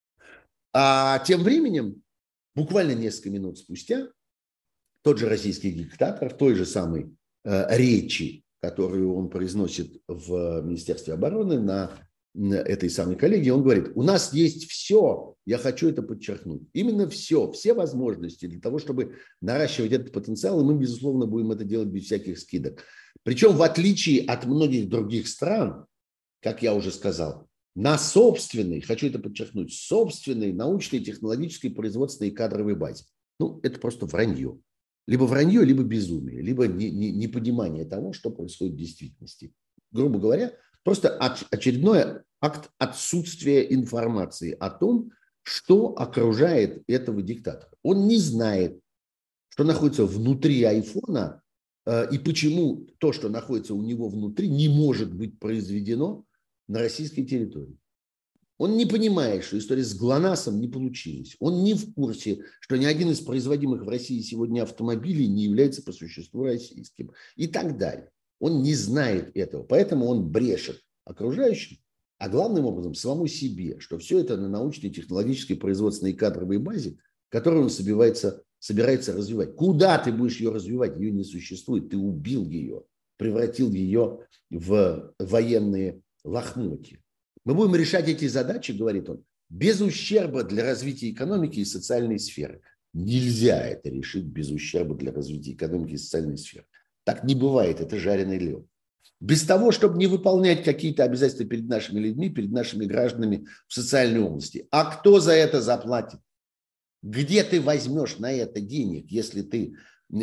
А тем временем, буквально несколько минут спустя, тот же российский диктатор, той же самой э, речи, которую он произносит в Министерстве обороны на, на этой самой коллегии, он говорит: у нас есть все, я хочу это подчеркнуть, именно все, все возможности для того, чтобы наращивать этот потенциал, и мы, безусловно, будем это делать без всяких скидок. Причем, в отличие от многих других стран, как я уже сказал, на собственной, хочу это подчеркнуть, собственной научной, технологической, производственной и кадровой базе. Ну, это просто вранье. Либо вранье, либо безумие, либо непонимание того, что происходит в действительности. Грубо говоря, просто очередной акт отсутствия информации о том, что окружает этого диктатора. Он не знает, что находится внутри айфона, и почему то, что находится у него внутри, не может быть произведено на российской территории. Он не понимает, что история с ГЛОНАССом не получилась. Он не в курсе, что ни один из производимых в России сегодня автомобилей не является по существу российским. И так далее. Он не знает этого. Поэтому он брешет окружающим, а главным образом самому себе, что все это на научной, технологической, производственной и кадровой базе, которую он собирается, собирается развивать. Куда ты будешь ее развивать? Ее не существует. Ты убил ее, превратил ее в военные лохмотья. Мы будем решать эти задачи, говорит он, без ущерба для развития экономики и социальной сферы. Нельзя это решить без ущерба для развития экономики и социальной сферы. Так не бывает, это жареный лед. Без того, чтобы не выполнять какие-то обязательства перед нашими людьми, перед нашими гражданами в социальной области. А кто за это заплатит? Где ты возьмешь на это денег, если ты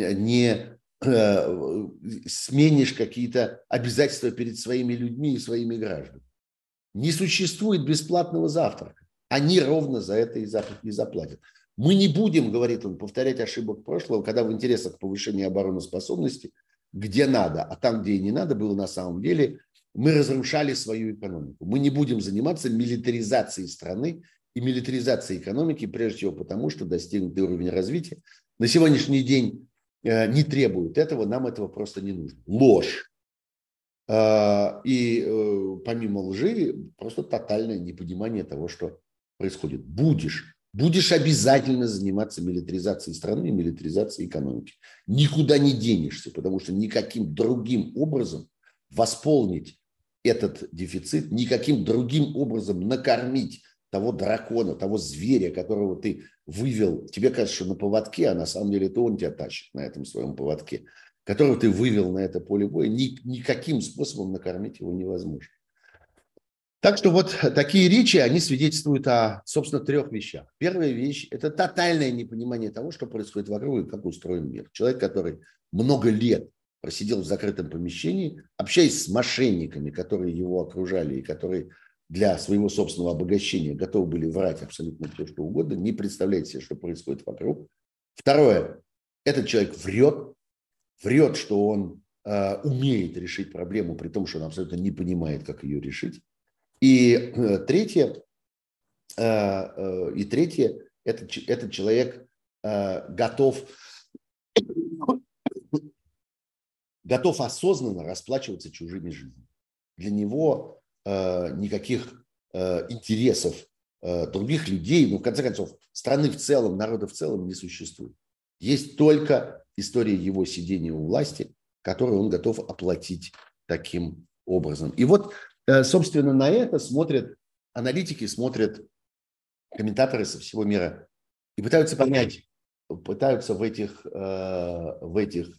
не э, сменишь какие-то обязательства перед своими людьми и своими гражданами? Не существует бесплатного завтрака. Они ровно за это и заплатят. Мы не будем, говорит он, повторять ошибок прошлого, когда в интересах повышения обороноспособности, где надо, а там, где и не надо было на самом деле, мы разрушали свою экономику. Мы не будем заниматься милитаризацией страны и милитаризацией экономики, прежде всего потому, что достигнутый уровень развития на сегодняшний день не требует этого, нам этого просто не нужно. Ложь. И помимо лжи, просто тотальное непонимание того, что происходит. Будешь, будешь обязательно заниматься милитаризацией страны и милитаризацией экономики. Никуда не денешься, потому что никаким другим образом восполнить этот дефицит, никаким другим образом накормить того дракона, того зверя, которого ты вывел. Тебе кажется, что на поводке, а на самом деле это он тебя тащит на этом своем поводке, которого ты вывел на это поле боя, ни, никаким способом накормить его невозможно. Так что вот такие речи, они свидетельствуют о, собственно, трех вещах. Первая вещь – это тотальное непонимание того, что происходит вокруг и как устроен мир. Человек, который много лет просидел в закрытом помещении, общаясь с мошенниками, которые его окружали и которые для своего собственного обогащения готовы были врать абсолютно все, что угодно, не представляет себе, что происходит вокруг. Второе – этот человек врет, врет, что он э, умеет решить проблему, при том, что он абсолютно не понимает, как ее решить. И э, третье, э, э, и третье, этот, этот человек э, готов, готов осознанно расплачиваться чужими жизнями. Для него э, никаких э, интересов э, других людей, ну, в конце концов, страны в целом, народа в целом не существует. Есть только история его сидения у власти, которую он готов оплатить таким образом. И вот, собственно, на это смотрят аналитики, смотрят комментаторы со всего мира и пытаются понять, пытаются в этих, в этих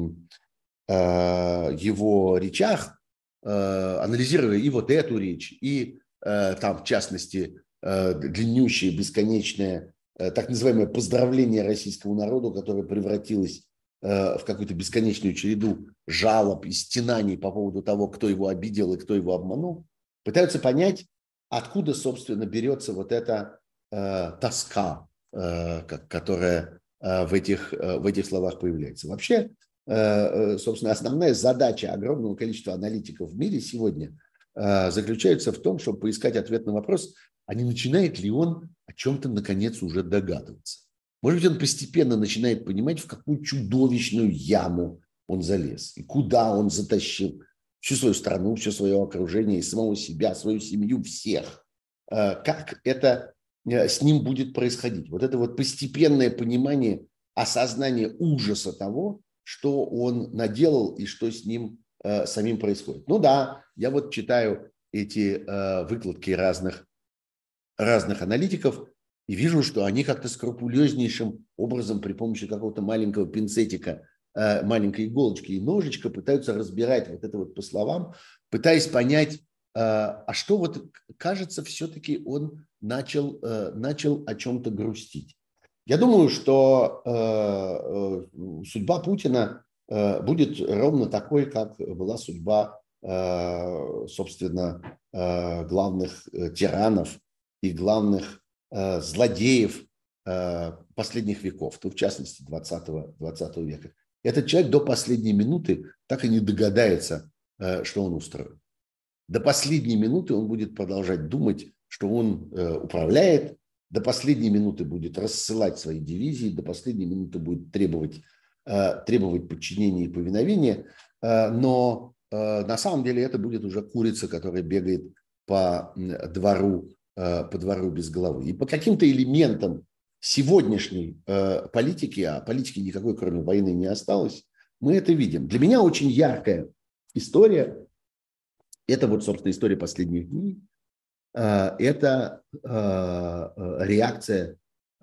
его речах, анализируя и вот эту речь, и там, в частности, длиннющее, бесконечное так называемое поздравление российскому народу, которое превратилось в какую-то бесконечную череду жалоб и стенаний по поводу того, кто его обидел и кто его обманул, пытаются понять, откуда, собственно, берется вот эта э, тоска, э, которая э, в, этих, э, в этих словах появляется. Вообще, э, собственно, основная задача огромного количества аналитиков в мире сегодня э, заключается в том, чтобы поискать ответ на вопрос, а не начинает ли он о чем-то, наконец, уже догадываться. Может быть, он постепенно начинает понимать, в какую чудовищную яму он залез и куда он затащил всю свою страну, все свое окружение, и самого себя, свою семью, всех. Как это с ним будет происходить? Вот это вот постепенное понимание, осознание ужаса того, что он наделал и что с ним э, самим происходит. Ну да, я вот читаю эти э, выкладки разных, разных аналитиков и вижу, что они как-то скрупулезнейшим образом при помощи какого-то маленького пинцетика, э, маленькой иголочки и ножичка пытаются разбирать вот это вот по словам, пытаясь понять, э, а что вот, кажется, все-таки он начал, э, начал о чем-то грустить. Я думаю, что э, судьба Путина э, будет ровно такой, как была судьба, э, собственно, э, главных э, тиранов и главных э, злодеев э, последних веков, ну, в частности, двадцатого века. Этот человек до последней минуты так и не догадается, э, что он устроил. До последней минуты он будет продолжать думать, что он э, управляет, до последней минуты будет рассылать свои дивизии, до последней минуты будет требовать, э, требовать подчинения и повиновения, э, но э, на самом деле это будет уже курица, которая бегает по двору, э, по двору без головы. И по каким-то элементам сегодняшней э, политики, а политики никакой кроме войны не осталось, мы это видим. Для меня очень яркая история, это вот, собственно, история последних дней. Это реакция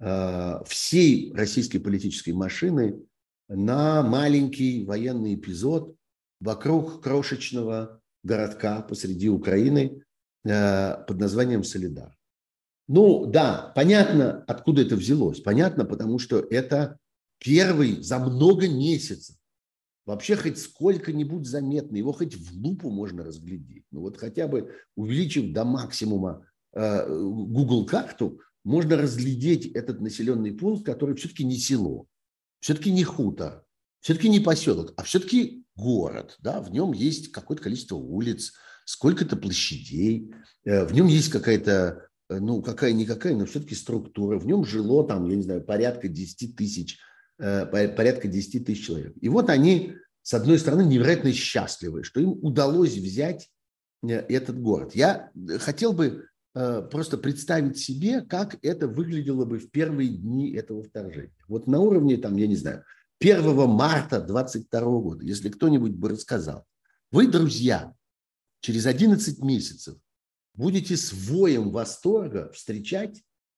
всей российской политической машины на маленький военный эпизод вокруг крошечного городка посреди Украины под названием Солидар. Ну да, понятно, откуда это взялось. Понятно, потому что это первый за много месяцев вообще хоть сколько-нибудь заметно, его хоть в лупу можно разглядеть. Ну вот хотя бы увеличив до максимума э, Google карту, можно разглядеть этот населенный пункт, который все-таки не село, все-таки не хутор, все-таки не поселок, а все-таки город. Да? В нем есть какое-то количество улиц, сколько-то площадей, э, в нем есть какая-то, э, ну какая-никакая, но все-таки структура. В нем жило там, я не знаю, порядка десять тысяч порядка десять тысяч человек. И вот они, с одной стороны, невероятно счастливы, что им удалось взять этот город. Я хотел бы просто представить себе, как это выглядело бы в первые дни этого вторжения. Вот на уровне, там, я не знаю, первого марта двадцать второго года, если кто-нибудь бы рассказал, вы, друзья, через одиннадцать месяцев будете с воем восторга встречать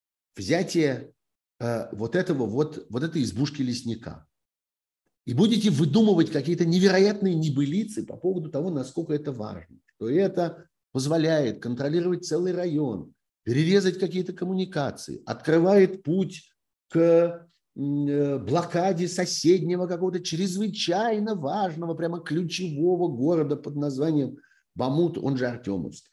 взятие вот этого вот, вот этой избушки лесника. И будете выдумывать какие-то невероятные небылицы по поводу того, насколько это важно. Что это позволяет контролировать целый район, перерезать какие-то коммуникации, открывает путь к блокаде соседнего какого-то чрезвычайно важного, прямо ключевого города под названием Бахмут, он же Артемовск.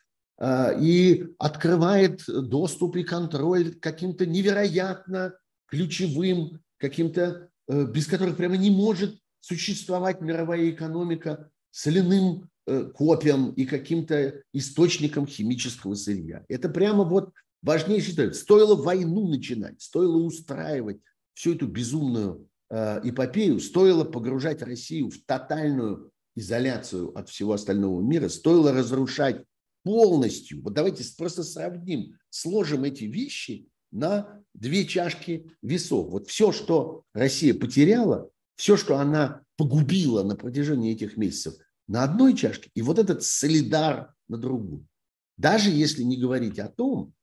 И открывает доступ и контроль к каким-то невероятно ключевым, каким-то, без которых прямо не может существовать мировая экономика, соляным копьям и каким-то источникам химического сырья. Это прямо вот важнейшая история. Стоило войну начинать, стоило устраивать всю эту безумную эпопею, стоило погружать Россию в тотальную изоляцию от всего остального мира, стоило разрушать полностью. Вот давайте просто сравним, сложим эти вещи на две чашки весов. Вот все, что Россия потеряла, все, что она погубила на протяжении этих месяцев, на одной чашке, и вот этот солидар на другую. Даже если не говорить о том,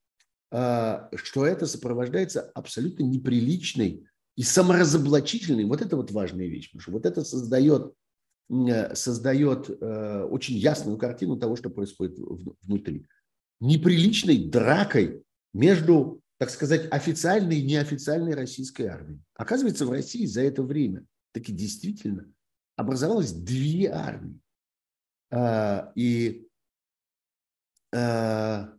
что это сопровождается абсолютно неприличной и саморазоблачительной, вот это вот важная вещь, потому что вот это создает создает э, очень ясную картину того, что происходит в, внутри. Неприличной дракой между, так сказать, официальной и неофициальной российской армией. Оказывается, в России за это время таки действительно образовалось две армии. А, и а,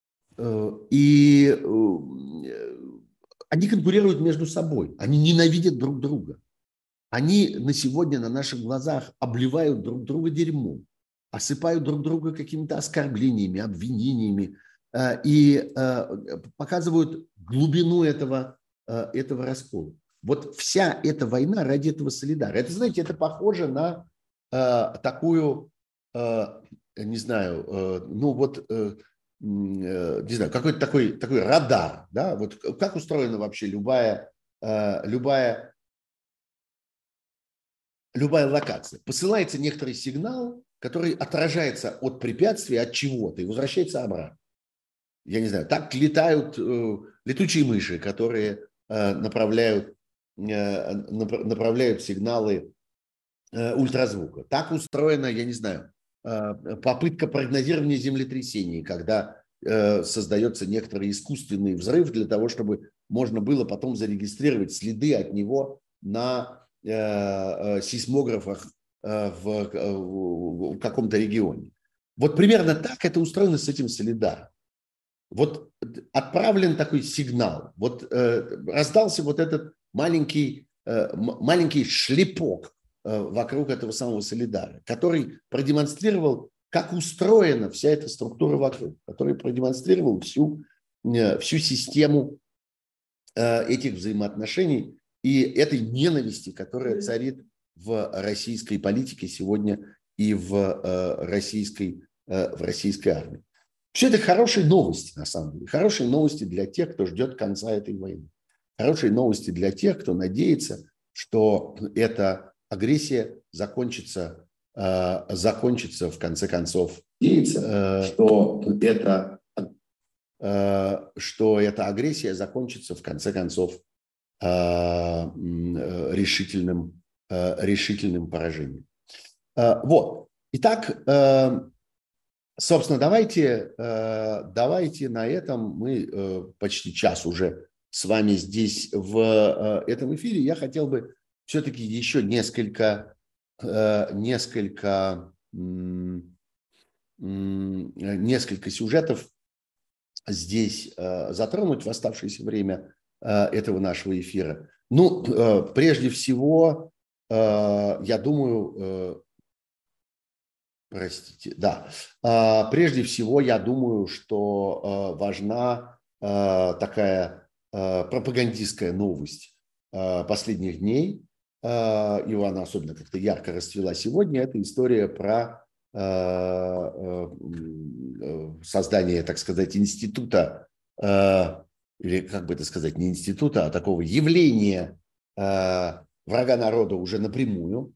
и э, они конкурируют между собой. Они ненавидят друг друга. Они на сегодня на наших глазах обливают друг друга дерьмом, осыпают друг друга какими-то оскорблениями, обвинениями и показывают глубину этого, этого раскола. Вот вся эта война ради этого солидара. Это, знаете, это похоже на такую не знаю, ну вот, не знаю, какой-то такой, такой радар, да, вот как устроена вообще любая, любая, любая локация. Посылается некоторый сигнал, который отражается от препятствия, от чего-то и возвращается обратно. Я не знаю, так летают летучие мыши, которые направляют, направляют сигналы ультразвука. Так устроена, я не знаю, попытка прогнозирования землетрясений, когда создается некоторый искусственный взрыв для того, чтобы можно было потом зарегистрировать следы от него на сейсмографах в каком-то регионе. Вот примерно так это устроено с этим солидарно. Вот отправлен такой сигнал, вот раздался вот этот маленький, маленький шлепок вокруг этого самого солидара, который продемонстрировал, как устроена вся эта структура вокруг, который продемонстрировал всю, всю систему этих взаимоотношений и этой ненависти, которая царит в российской политике сегодня и в российской, в российской армии. Все это хорошие новости, на самом деле. Хорошие новости для тех, кто ждет конца этой войны. Хорошие новости для тех, кто надеется, что эта агрессия закончится, э, закончится в конце концов, э, что, это, э, что эта агрессия закончится в конце концов э, решительным, э, решительным поражением. Э, вот. Итак, э, собственно, давайте, давайте на этом мы почти час уже с вами здесь в этом эфире. Я хотел бы все-таки еще несколько, несколько, несколько сюжетов здесь затронуть в оставшееся время этого нашего эфира. Ну, прежде всего, я думаю... Простите, да. Прежде всего, я думаю, что важна такая пропагандистская новость последних дней, и она особенно как-то ярко расцвела сегодня, это история про создание, так сказать, института, или как бы это сказать, не института, а такого явления врага народа уже напрямую,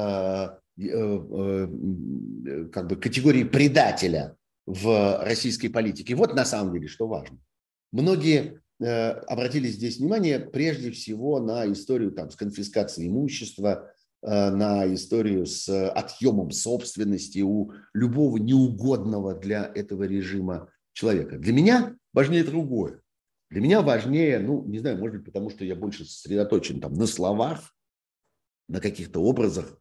как бы категории предателя в российской политике. Вот на самом деле, что важно. Многие э, обратили здесь внимание прежде всего на историю там, с конфискацией имущества, э, на историю с отъемом собственности у любого неугодного для этого режима человека. Для меня важнее другое. Для меня важнее, ну, не знаю, может быть, потому что я больше сосредоточен там на словах, на каких-то образах,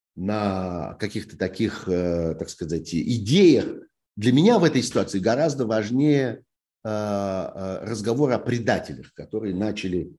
на каких-то таких, так сказать, идеях. Для меня в этой ситуации гораздо важнее разговор о предателях, которые начали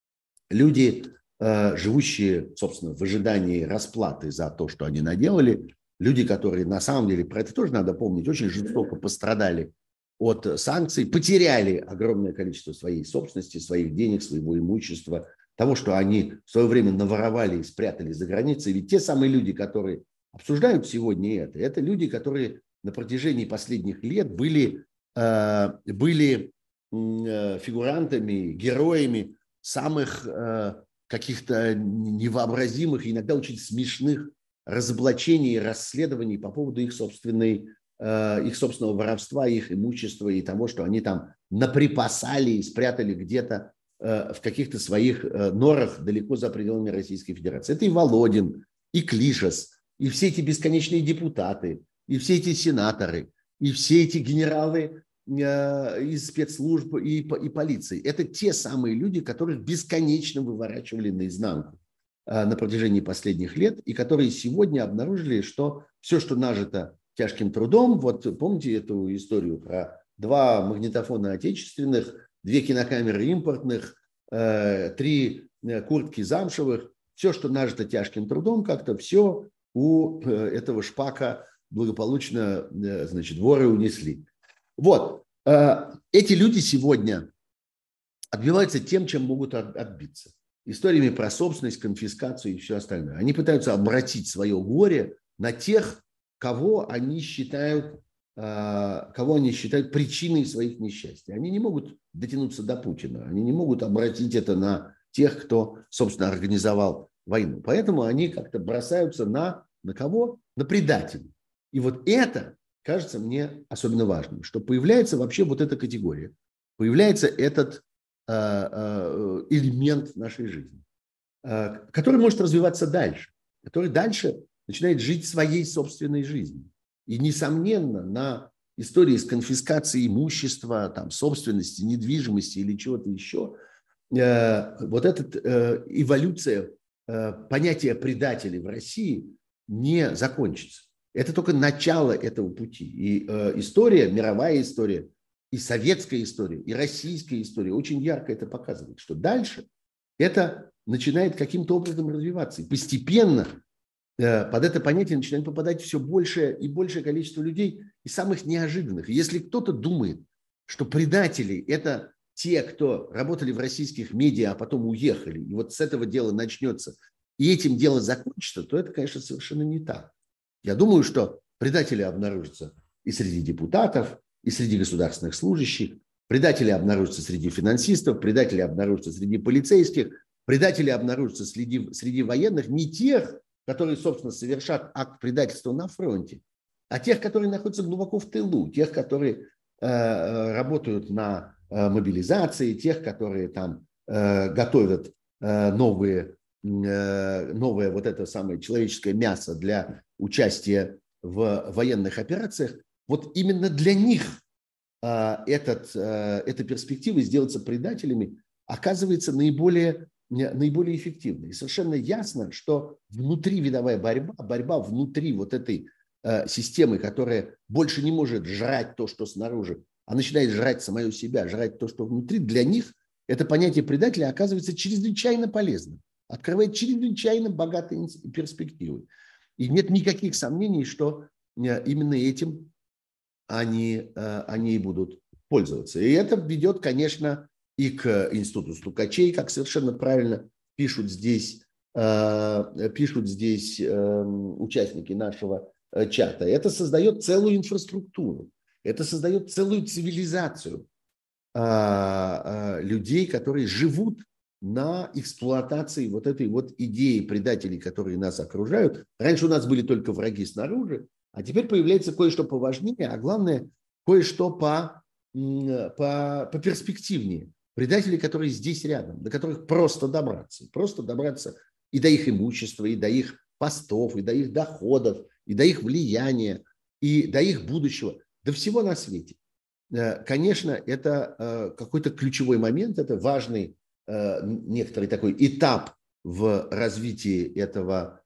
люди, живущие, собственно, в ожидании расплаты за то, что они наделали, люди, которые на самом деле, про это тоже надо помнить, очень жестоко пострадали от санкций, потеряли огромное количество своей собственности, своих денег, своего имущества, того, что они в свое время наворовали и спрятали за границей. Ведь те самые люди, которые обсуждают сегодня это, это люди, которые на протяжении последних лет были, э, были э, фигурантами, героями самых э, каких-то невообразимых, иногда очень смешных разоблачений и расследований по поводу их собственной, э, их собственного воровства, их имущества и того, что они там наприпасали и спрятали где-то в каких-то своих норах далеко за пределами Российской Федерации. Это и Володин, и Клишес, и все эти бесконечные депутаты, и все эти сенаторы, и все эти генералы из спецслужб и, и полиции. Это те самые люди, которых бесконечно выворачивали наизнанку на протяжении последних лет, и которые сегодня обнаружили, что все, что нажито тяжким трудом, вот помните эту историю про два магнитофона отечественных, две кинокамеры импортных, э, три куртки замшевых, все, что нажито тяжким трудом, как-то все у э, этого шпака благополучно, э, значит, воры унесли. Вот. Э, эти люди сегодня отбиваются тем, чем могут от, отбиться. Историями про собственность, конфискацию и все остальное. Они пытаются обратить свое горе на тех, кого они считают, кого они считают причиной своих несчастий. Они не могут дотянуться до Путина, они не могут обратить это на тех, кто, собственно, организовал войну. Поэтому они как-то бросаются на, на кого? На предателей. И вот это кажется мне особенно важным, что появляется вообще вот эта категория, появляется этот э, э, элемент нашей жизни, э, который может развиваться дальше, который дальше начинает жить своей собственной жизнью. И, несомненно, на истории с конфискацией имущества, там, собственности, недвижимости или чего-то еще, э, вот эта э, эволюция э, понятия предателей в России не закончится. Это только начало этого пути. И э, история, мировая история, и советская история, и российская история очень ярко это показывает, что дальше это начинает каким-то образом развиваться. И постепенно под это понятие начинает попадать все большее и большее количество людей, и самых неожиданных. И если кто-то думает, что предатели – это те, кто работали в российских медиа, а потом уехали, и вот с этого дела начнется, и этим дело закончится, то это, конечно, совершенно не так. Я думаю, что предатели обнаружатся и среди депутатов, и среди государственных служащих, предатели обнаружатся среди финансистов, предатели обнаружатся среди полицейских, предатели обнаружатся среди, среди военных, не тех, которые, собственно, совершат акт предательства на фронте, а тех, которые находятся глубоко в тылу, тех, которые э, работают на э, мобилизации, тех, которые там э, готовят э, новые, э, новое вот это самое человеческое мясо для участия в военных операциях. Вот именно для них э, этот, э, эта перспектива сделаться предателями оказывается наиболее наиболее эффективной. И совершенно ясно, что внутривидовая борьба, борьба внутри вот этой э, системы, которая больше не может жрать то, что снаружи, а начинает жрать самую себя, жрать то, что внутри, для них это понятие предателя оказывается чрезвычайно полезным, открывает чрезвычайно богатые перспективы. И нет никаких сомнений, что э, именно этим они, э, они и будут пользоваться. И это ведет, конечно, и к институту стукачей, как совершенно правильно пишут здесь, э, пишут здесь э, участники нашего э, чата. Это создает целую инфраструктуру, это создает целую цивилизацию э, э, людей, которые живут на эксплуатации вот этой вот идеи предателей, которые нас окружают. Раньше у нас были только враги снаружи, а теперь появляется кое-что поважнее, а главное, кое-что по, по, по перспективнее. Предатели, которые здесь рядом, до которых просто добраться. Просто добраться и до их имущества, и до их постов, и до их доходов, и до их влияния, и до их будущего, до всего на свете. Конечно, это какой-то ключевой момент, это важный некоторый такой этап в развитии этого,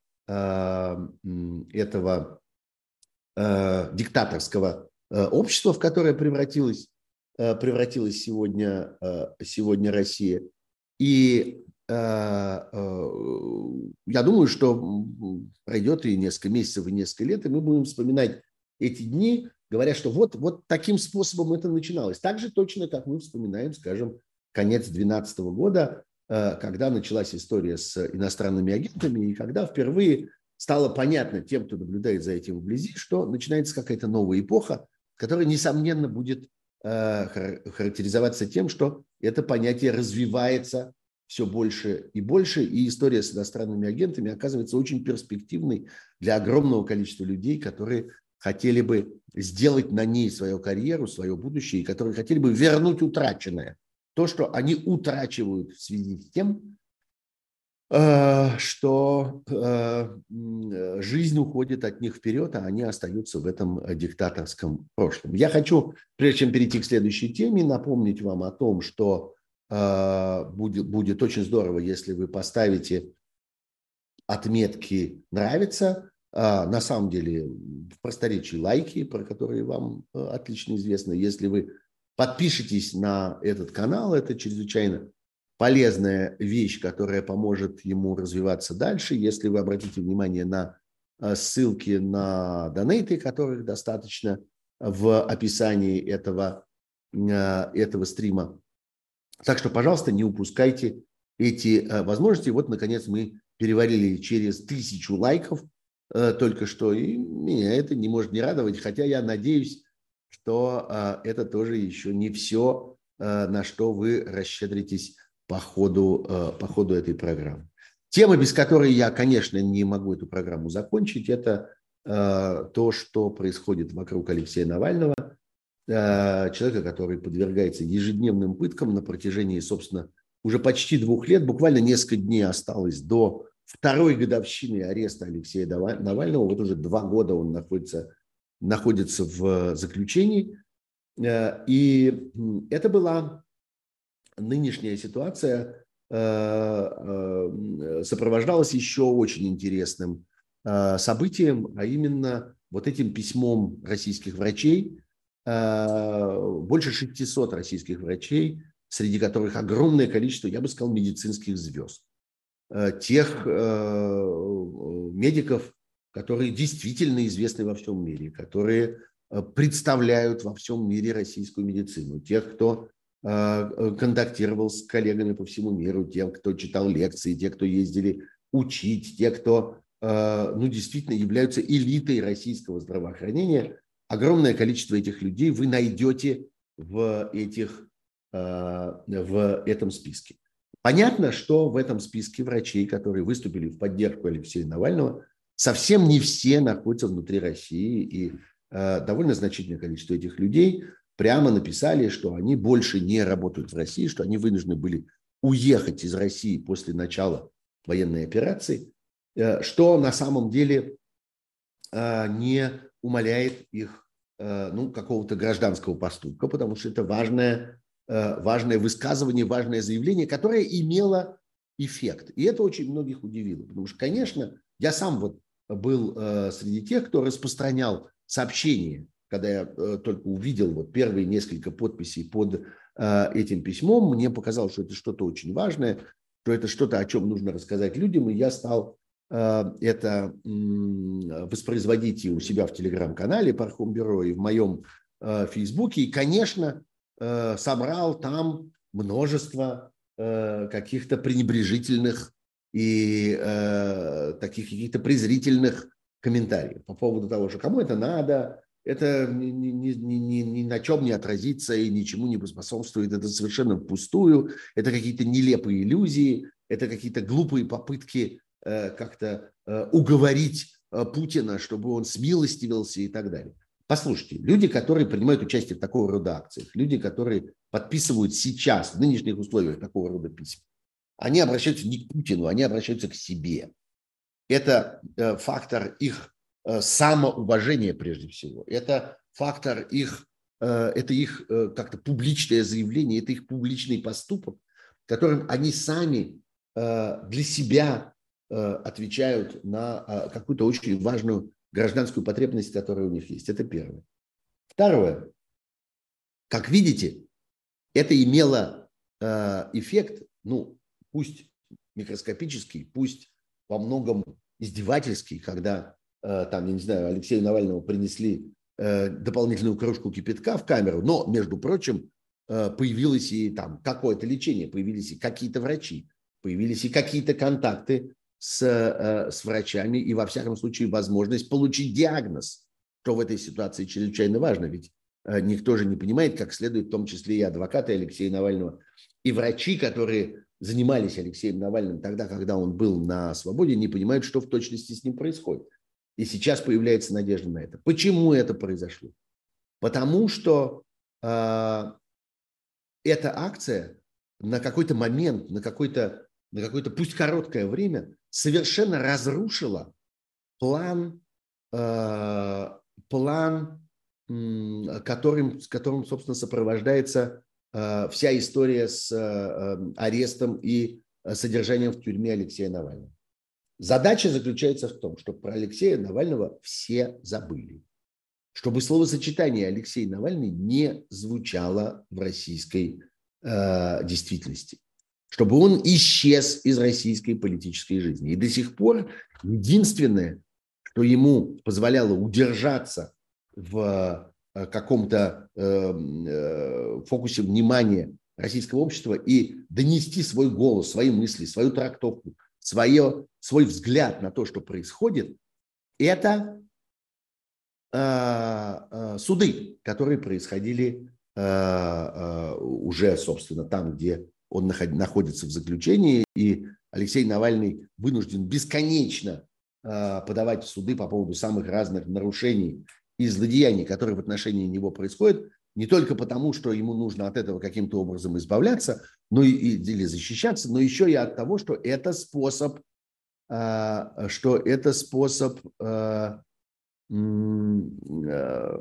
этого диктаторского общества, в которое превратилось превратилась сегодня, сегодня Россия. И я думаю, что пройдет и несколько месяцев, и несколько лет, и мы будем вспоминать эти дни, говоря, что вот, вот таким способом это начиналось. Так же точно, как мы вспоминаем, скажем, конец две тысячи двенадцатого года, когда началась история с иностранными агентами, и когда впервые стало понятно тем, кто наблюдает за этим вблизи, что начинается какая-то новая эпоха, которая, несомненно, будет характеризоваться тем, что это понятие развивается все больше и больше, и история с иностранными агентами оказывается очень перспективной для огромного количества людей, которые хотели бы сделать на ней свою карьеру, свое будущее, и которые хотели бы вернуть утраченное. То, что они утрачивают в связи с тем, что жизнь уходит от них вперед, а они остаются в этом диктаторском прошлом. Я хочу, прежде чем перейти к следующей теме, напомнить вам о том, что будет, будет очень здорово, если вы поставите отметки «нравится», на самом деле в просторечии лайки, про которые вам отлично известно. Если вы подпишетесь на этот канал, это чрезвычайно полезная вещь, которая поможет ему развиваться дальше. Если вы обратите внимание на ссылки на донейты, которых достаточно в описании этого, этого стрима. Так что, пожалуйста, не упускайте эти возможности. Вот, наконец, мы перевалили через тысячу лайков. э, только что, и меня это не может не радовать, хотя я надеюсь, что э, это тоже еще не все, э, на что вы расщедритесь по ходу, э, по ходу этой программы. Тема, без которой я, конечно, не могу эту программу закончить, это э, то, что происходит вокруг Алексея Навального, э, человека, который подвергается ежедневным пыткам на протяжении, собственно, уже почти двух лет. Буквально несколько дней осталось до второй годовщины ареста Алексея Навального. Вот уже два года он находится, находится в заключении. Э, и это была нынешняя ситуация, сопровождалась еще очень интересным событием, а именно вот этим письмом российских врачей, больше шестисот российских врачей, среди которых огромное количество, я бы сказал, медицинских звезд, тех медиков, которые действительно известны во всем мире, которые представляют во всем мире российскую медицину, тех, кто контактировал с коллегами по всему миру, тем, кто читал лекции, те, кто ездили учить, те, кто ну, действительно являются элитой российского здравоохранения. Огромное количество этих людей вы найдете в, этих, в этом списке. Понятно, что в этом списке врачей, которые выступили в поддержку Алексея Навального, совсем не все находятся внутри России, и довольно значительное количество этих людей прямо написали, что они больше не работают в России, что они вынуждены были уехать из России после начала военной операции, что на самом деле не умаляет их ну, какого-то гражданского поступка, потому что это важное, важное высказывание, важное заявление, которое имело эффект. И это очень многих удивило, потому что, конечно, я сам вот был среди тех, кто распространял сообщения, когда я э, только увидел вот первые несколько подписей под э, этим письмом, мне показалось, что это что-то очень важное, что это что-то, о чем нужно рассказать людям, и я стал э, это э, воспроизводить и у себя в телеграм-канале Пархомбюро, и в моем э, фейсбуке, и, конечно, э, собрал там множество э, каких-то пренебрежительных и э, таких каких-то презрительных комментариев по поводу того, что кому это надо, это ни, ни, ни, ни, ни на чем не отразится и ничему не поспособствует. Это совершенно впустую. Это какие-то нелепые иллюзии. Это какие-то глупые попытки э, как-то э, уговорить э, Путина, чтобы он смилостивился и так далее. Послушайте, люди, которые принимают участие в такого рода акциях, люди, которые подписывают сейчас, в нынешних условиях такого рода письма, они обращаются не к Путину, они обращаются к себе. Это э, фактор их самоуважение прежде всего. Это фактор их, это их как-то публичное заявление, это их публичный поступок, которым они сами для себя отвечают на какую-то очень важную гражданскую потребность, которая у них есть. Это первое. Второе. Как видите, это имело эффект, ну, пусть микроскопический, пусть во многом издевательский, когда там, я не знаю, Алексею Навальному принесли э, дополнительную кружку кипятка в камеру, но, между прочим, э, появилось и там какое-то лечение, появились и какие-то врачи, появились и какие-то контакты с, э, с врачами, и, во всяком случае, возможность получить диагноз, что в этой ситуации чрезвычайно важно, ведь э, никто же не понимает, как следует, в том числе и адвокаты Алексея Навального, и врачи, которые занимались Алексеем Навальным тогда, когда он был на свободе, не понимают, что в точности с ним происходит. И сейчас появляется надежда на это. Почему это произошло? Потому что э, эта акция на какой-то момент, на какой-то, на какое-то пусть короткое время совершенно разрушила план, э, план э, которым, с которым, собственно, сопровождается э, вся история с э, арестом и содержанием в тюрьме Алексея Навального. Задача заключается в том, чтобы про Алексея Навального все забыли. Чтобы словосочетание Алексей Навальный не звучало в российской э, действительности. Чтобы он исчез из российской политической жизни. И до сих пор единственное, что ему позволяло удержаться в э, каком-то э, э, фокусе внимания российского общества и донести свой голос, свои мысли, свою трактовку, свое, свой взгляд на то, что происходит, это э, э, суды, которые происходили э, э, уже, собственно, там, где он наход, находится в заключении, и Алексей Навальный вынужден бесконечно э, подавать в суды по поводу самых разных нарушений и злодеяний, которые в отношении него происходят, не только потому, что ему нужно от этого каким-то образом избавляться, но и, или защищаться, но еще и от того, что это способ, э, что это способ э, э,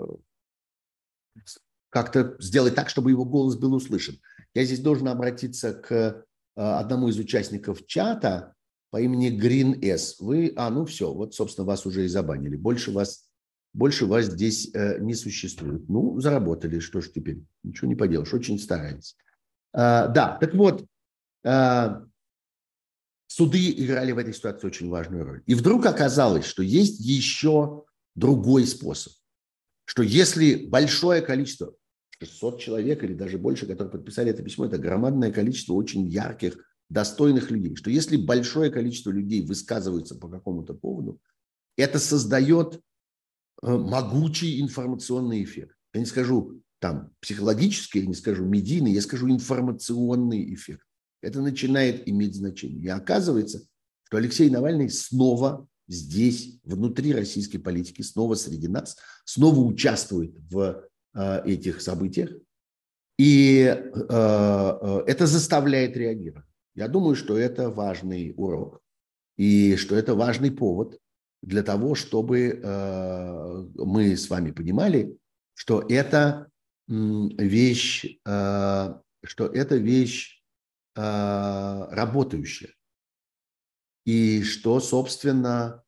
как-то сделать так, чтобы его голос был услышан. Я здесь должен обратиться к одному из участников чата по имени Green S. Вы, а, ну все, вот, собственно, вас уже и забанили. Больше вас, больше вас здесь э, не существует. Ну, заработали, что ж теперь? Ничего не поделаешь, очень старались. А, да, так вот, а, суды играли в этой ситуации очень важную роль. И вдруг оказалось, что есть еще другой способ. Что если большое количество, шестьсот человек или даже больше, которые подписали это письмо, это громадное количество очень ярких, достойных людей, что если большое количество людей высказываются по какому-то поводу, это создает могучий информационный эффект. Я не скажу там психологический, я не скажу медийный, я скажу информационный эффект. Это начинает иметь значение. И оказывается, что Алексей Навальный снова здесь, внутри российской политики, снова среди нас, снова участвует в э, этих событиях. И э, э, это заставляет реагировать. Я думаю, что это важный урок. И что это важный повод для того, чтобы э, мы с вами понимали, что это м, вещь, э, что это вещь э, работающая. И что, собственно,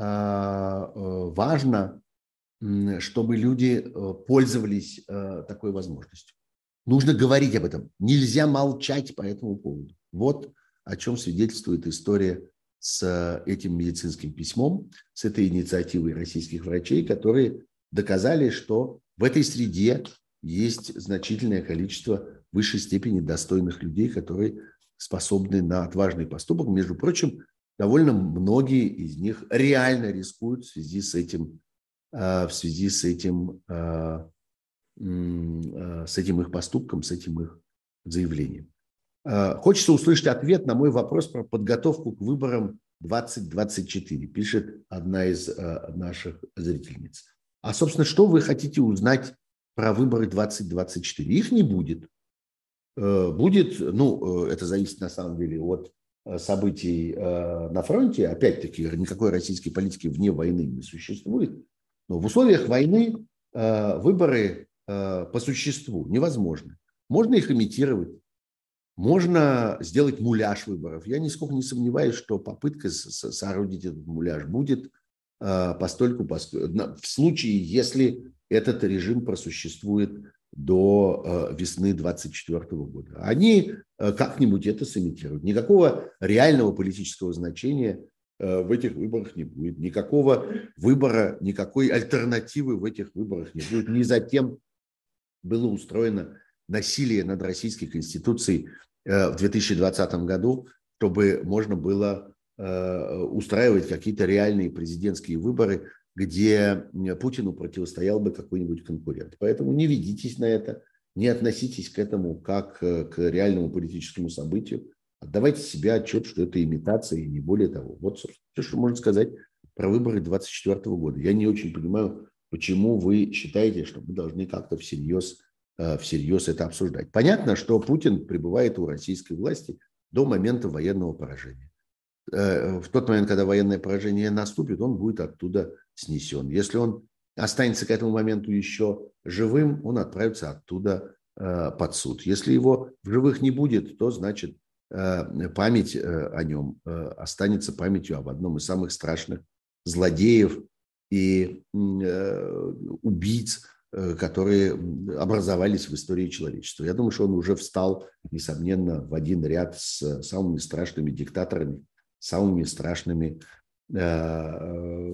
важно, чтобы люди пользовались такой возможностью. Нужно говорить об этом. Нельзя молчать по этому поводу. Вот о чем свидетельствует история с этим медицинским письмом, с этой инициативой российских врачей, которые доказали, что в этой среде есть значительное количество в высшей степени достойных людей, которые способны на отважный поступок. Между прочим, довольно многие из них реально рискуют в связи с этим, в связи с этим, с этим их поступком, с этим их заявлением. Хочется услышать ответ на мой вопрос про подготовку к выборам двадцать двадцать четыре, пишет одна из наших зрительниц. А, собственно, что вы хотите узнать про выборы двадцать двадцать четыре? Их не будет. Будет, ну, это зависит на самом деле от событий на фронте. Опять-таки, никакой российской политики вне войны не существует. Но в условиях войны выборы по существу невозможны. Можно их имитировать, можно сделать муляж выборов. Я нисколько не сомневаюсь, что попытка соорудить этот муляж будет постольку, в случае, если этот режим просуществует до весны двадцать четвёртого года. Они как-нибудь это сымитируют. Никакого реального политического значения в этих выборах не будет. Никакого выбора, никакой альтернативы в этих выборах не будет. Не затем было устроено насилие над Российской Конституцией в две тысячи двадцатом году, чтобы можно было устраивать какие-то реальные президентские выборы, где Путину противостоял бы какой-нибудь конкурент. Поэтому не ведитесь на это, не относитесь к этому как к реальному политическому событию. Отдавайте себе отчет, что это имитация и не более того. Вот, собственно, все, что можно сказать про выборы двадцать четвёртого года. Я не очень понимаю, почему вы считаете, что мы должны как-то всерьез, всерьез это обсуждать. Понятно, что Путин пребывает у российской власти до момента военного поражения. В тот момент, когда военное поражение наступит, он будет оттуда снесен. Если он останется к этому моменту еще живым, он отправится оттуда под суд. Если его в живых не будет, то, значит, память о нем останется памятью об одном из самых страшных злодеев и убийц, которые образовались в истории человечества. Я думаю, что он уже встал, несомненно, в один ряд с самыми страшными диктаторами, самыми страшными э, э,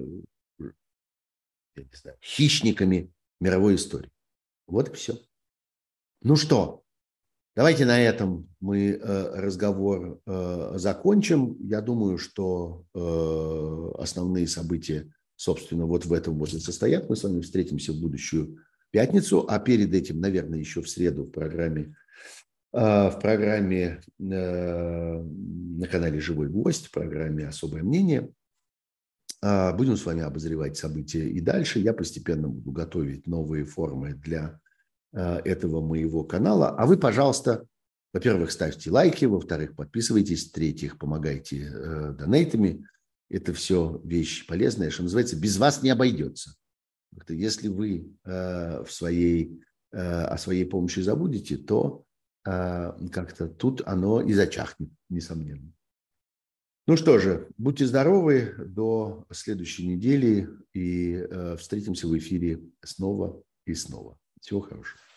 я не знаю, хищниками мировой истории. Вот и все. Ну что, давайте на этом мы э, разговор э, закончим. Я думаю, что э, основные события собственно, вот в этом может состоят. Мы с вами встретимся в будущую пятницу, а перед этим, наверное, еще в среду в программе, в программе на канале «Живой гвоздь», в программе «Особое мнение». Будем с вами обозревать события и дальше. Я постепенно буду готовить новые формы для этого моего канала. А вы, пожалуйста, во-первых, ставьте лайки, во-вторых, подписывайтесь, в-третьих, помогайте э, донейтами. Это все вещи полезные, что называется, без вас не обойдется. Если вы э, в своей, э, о своей помощи забудете, то э, как-то тут оно и зачахнет, несомненно. Ну что же, будьте здоровы, до следующей недели и э, встретимся в эфире снова и снова. Всего хорошего.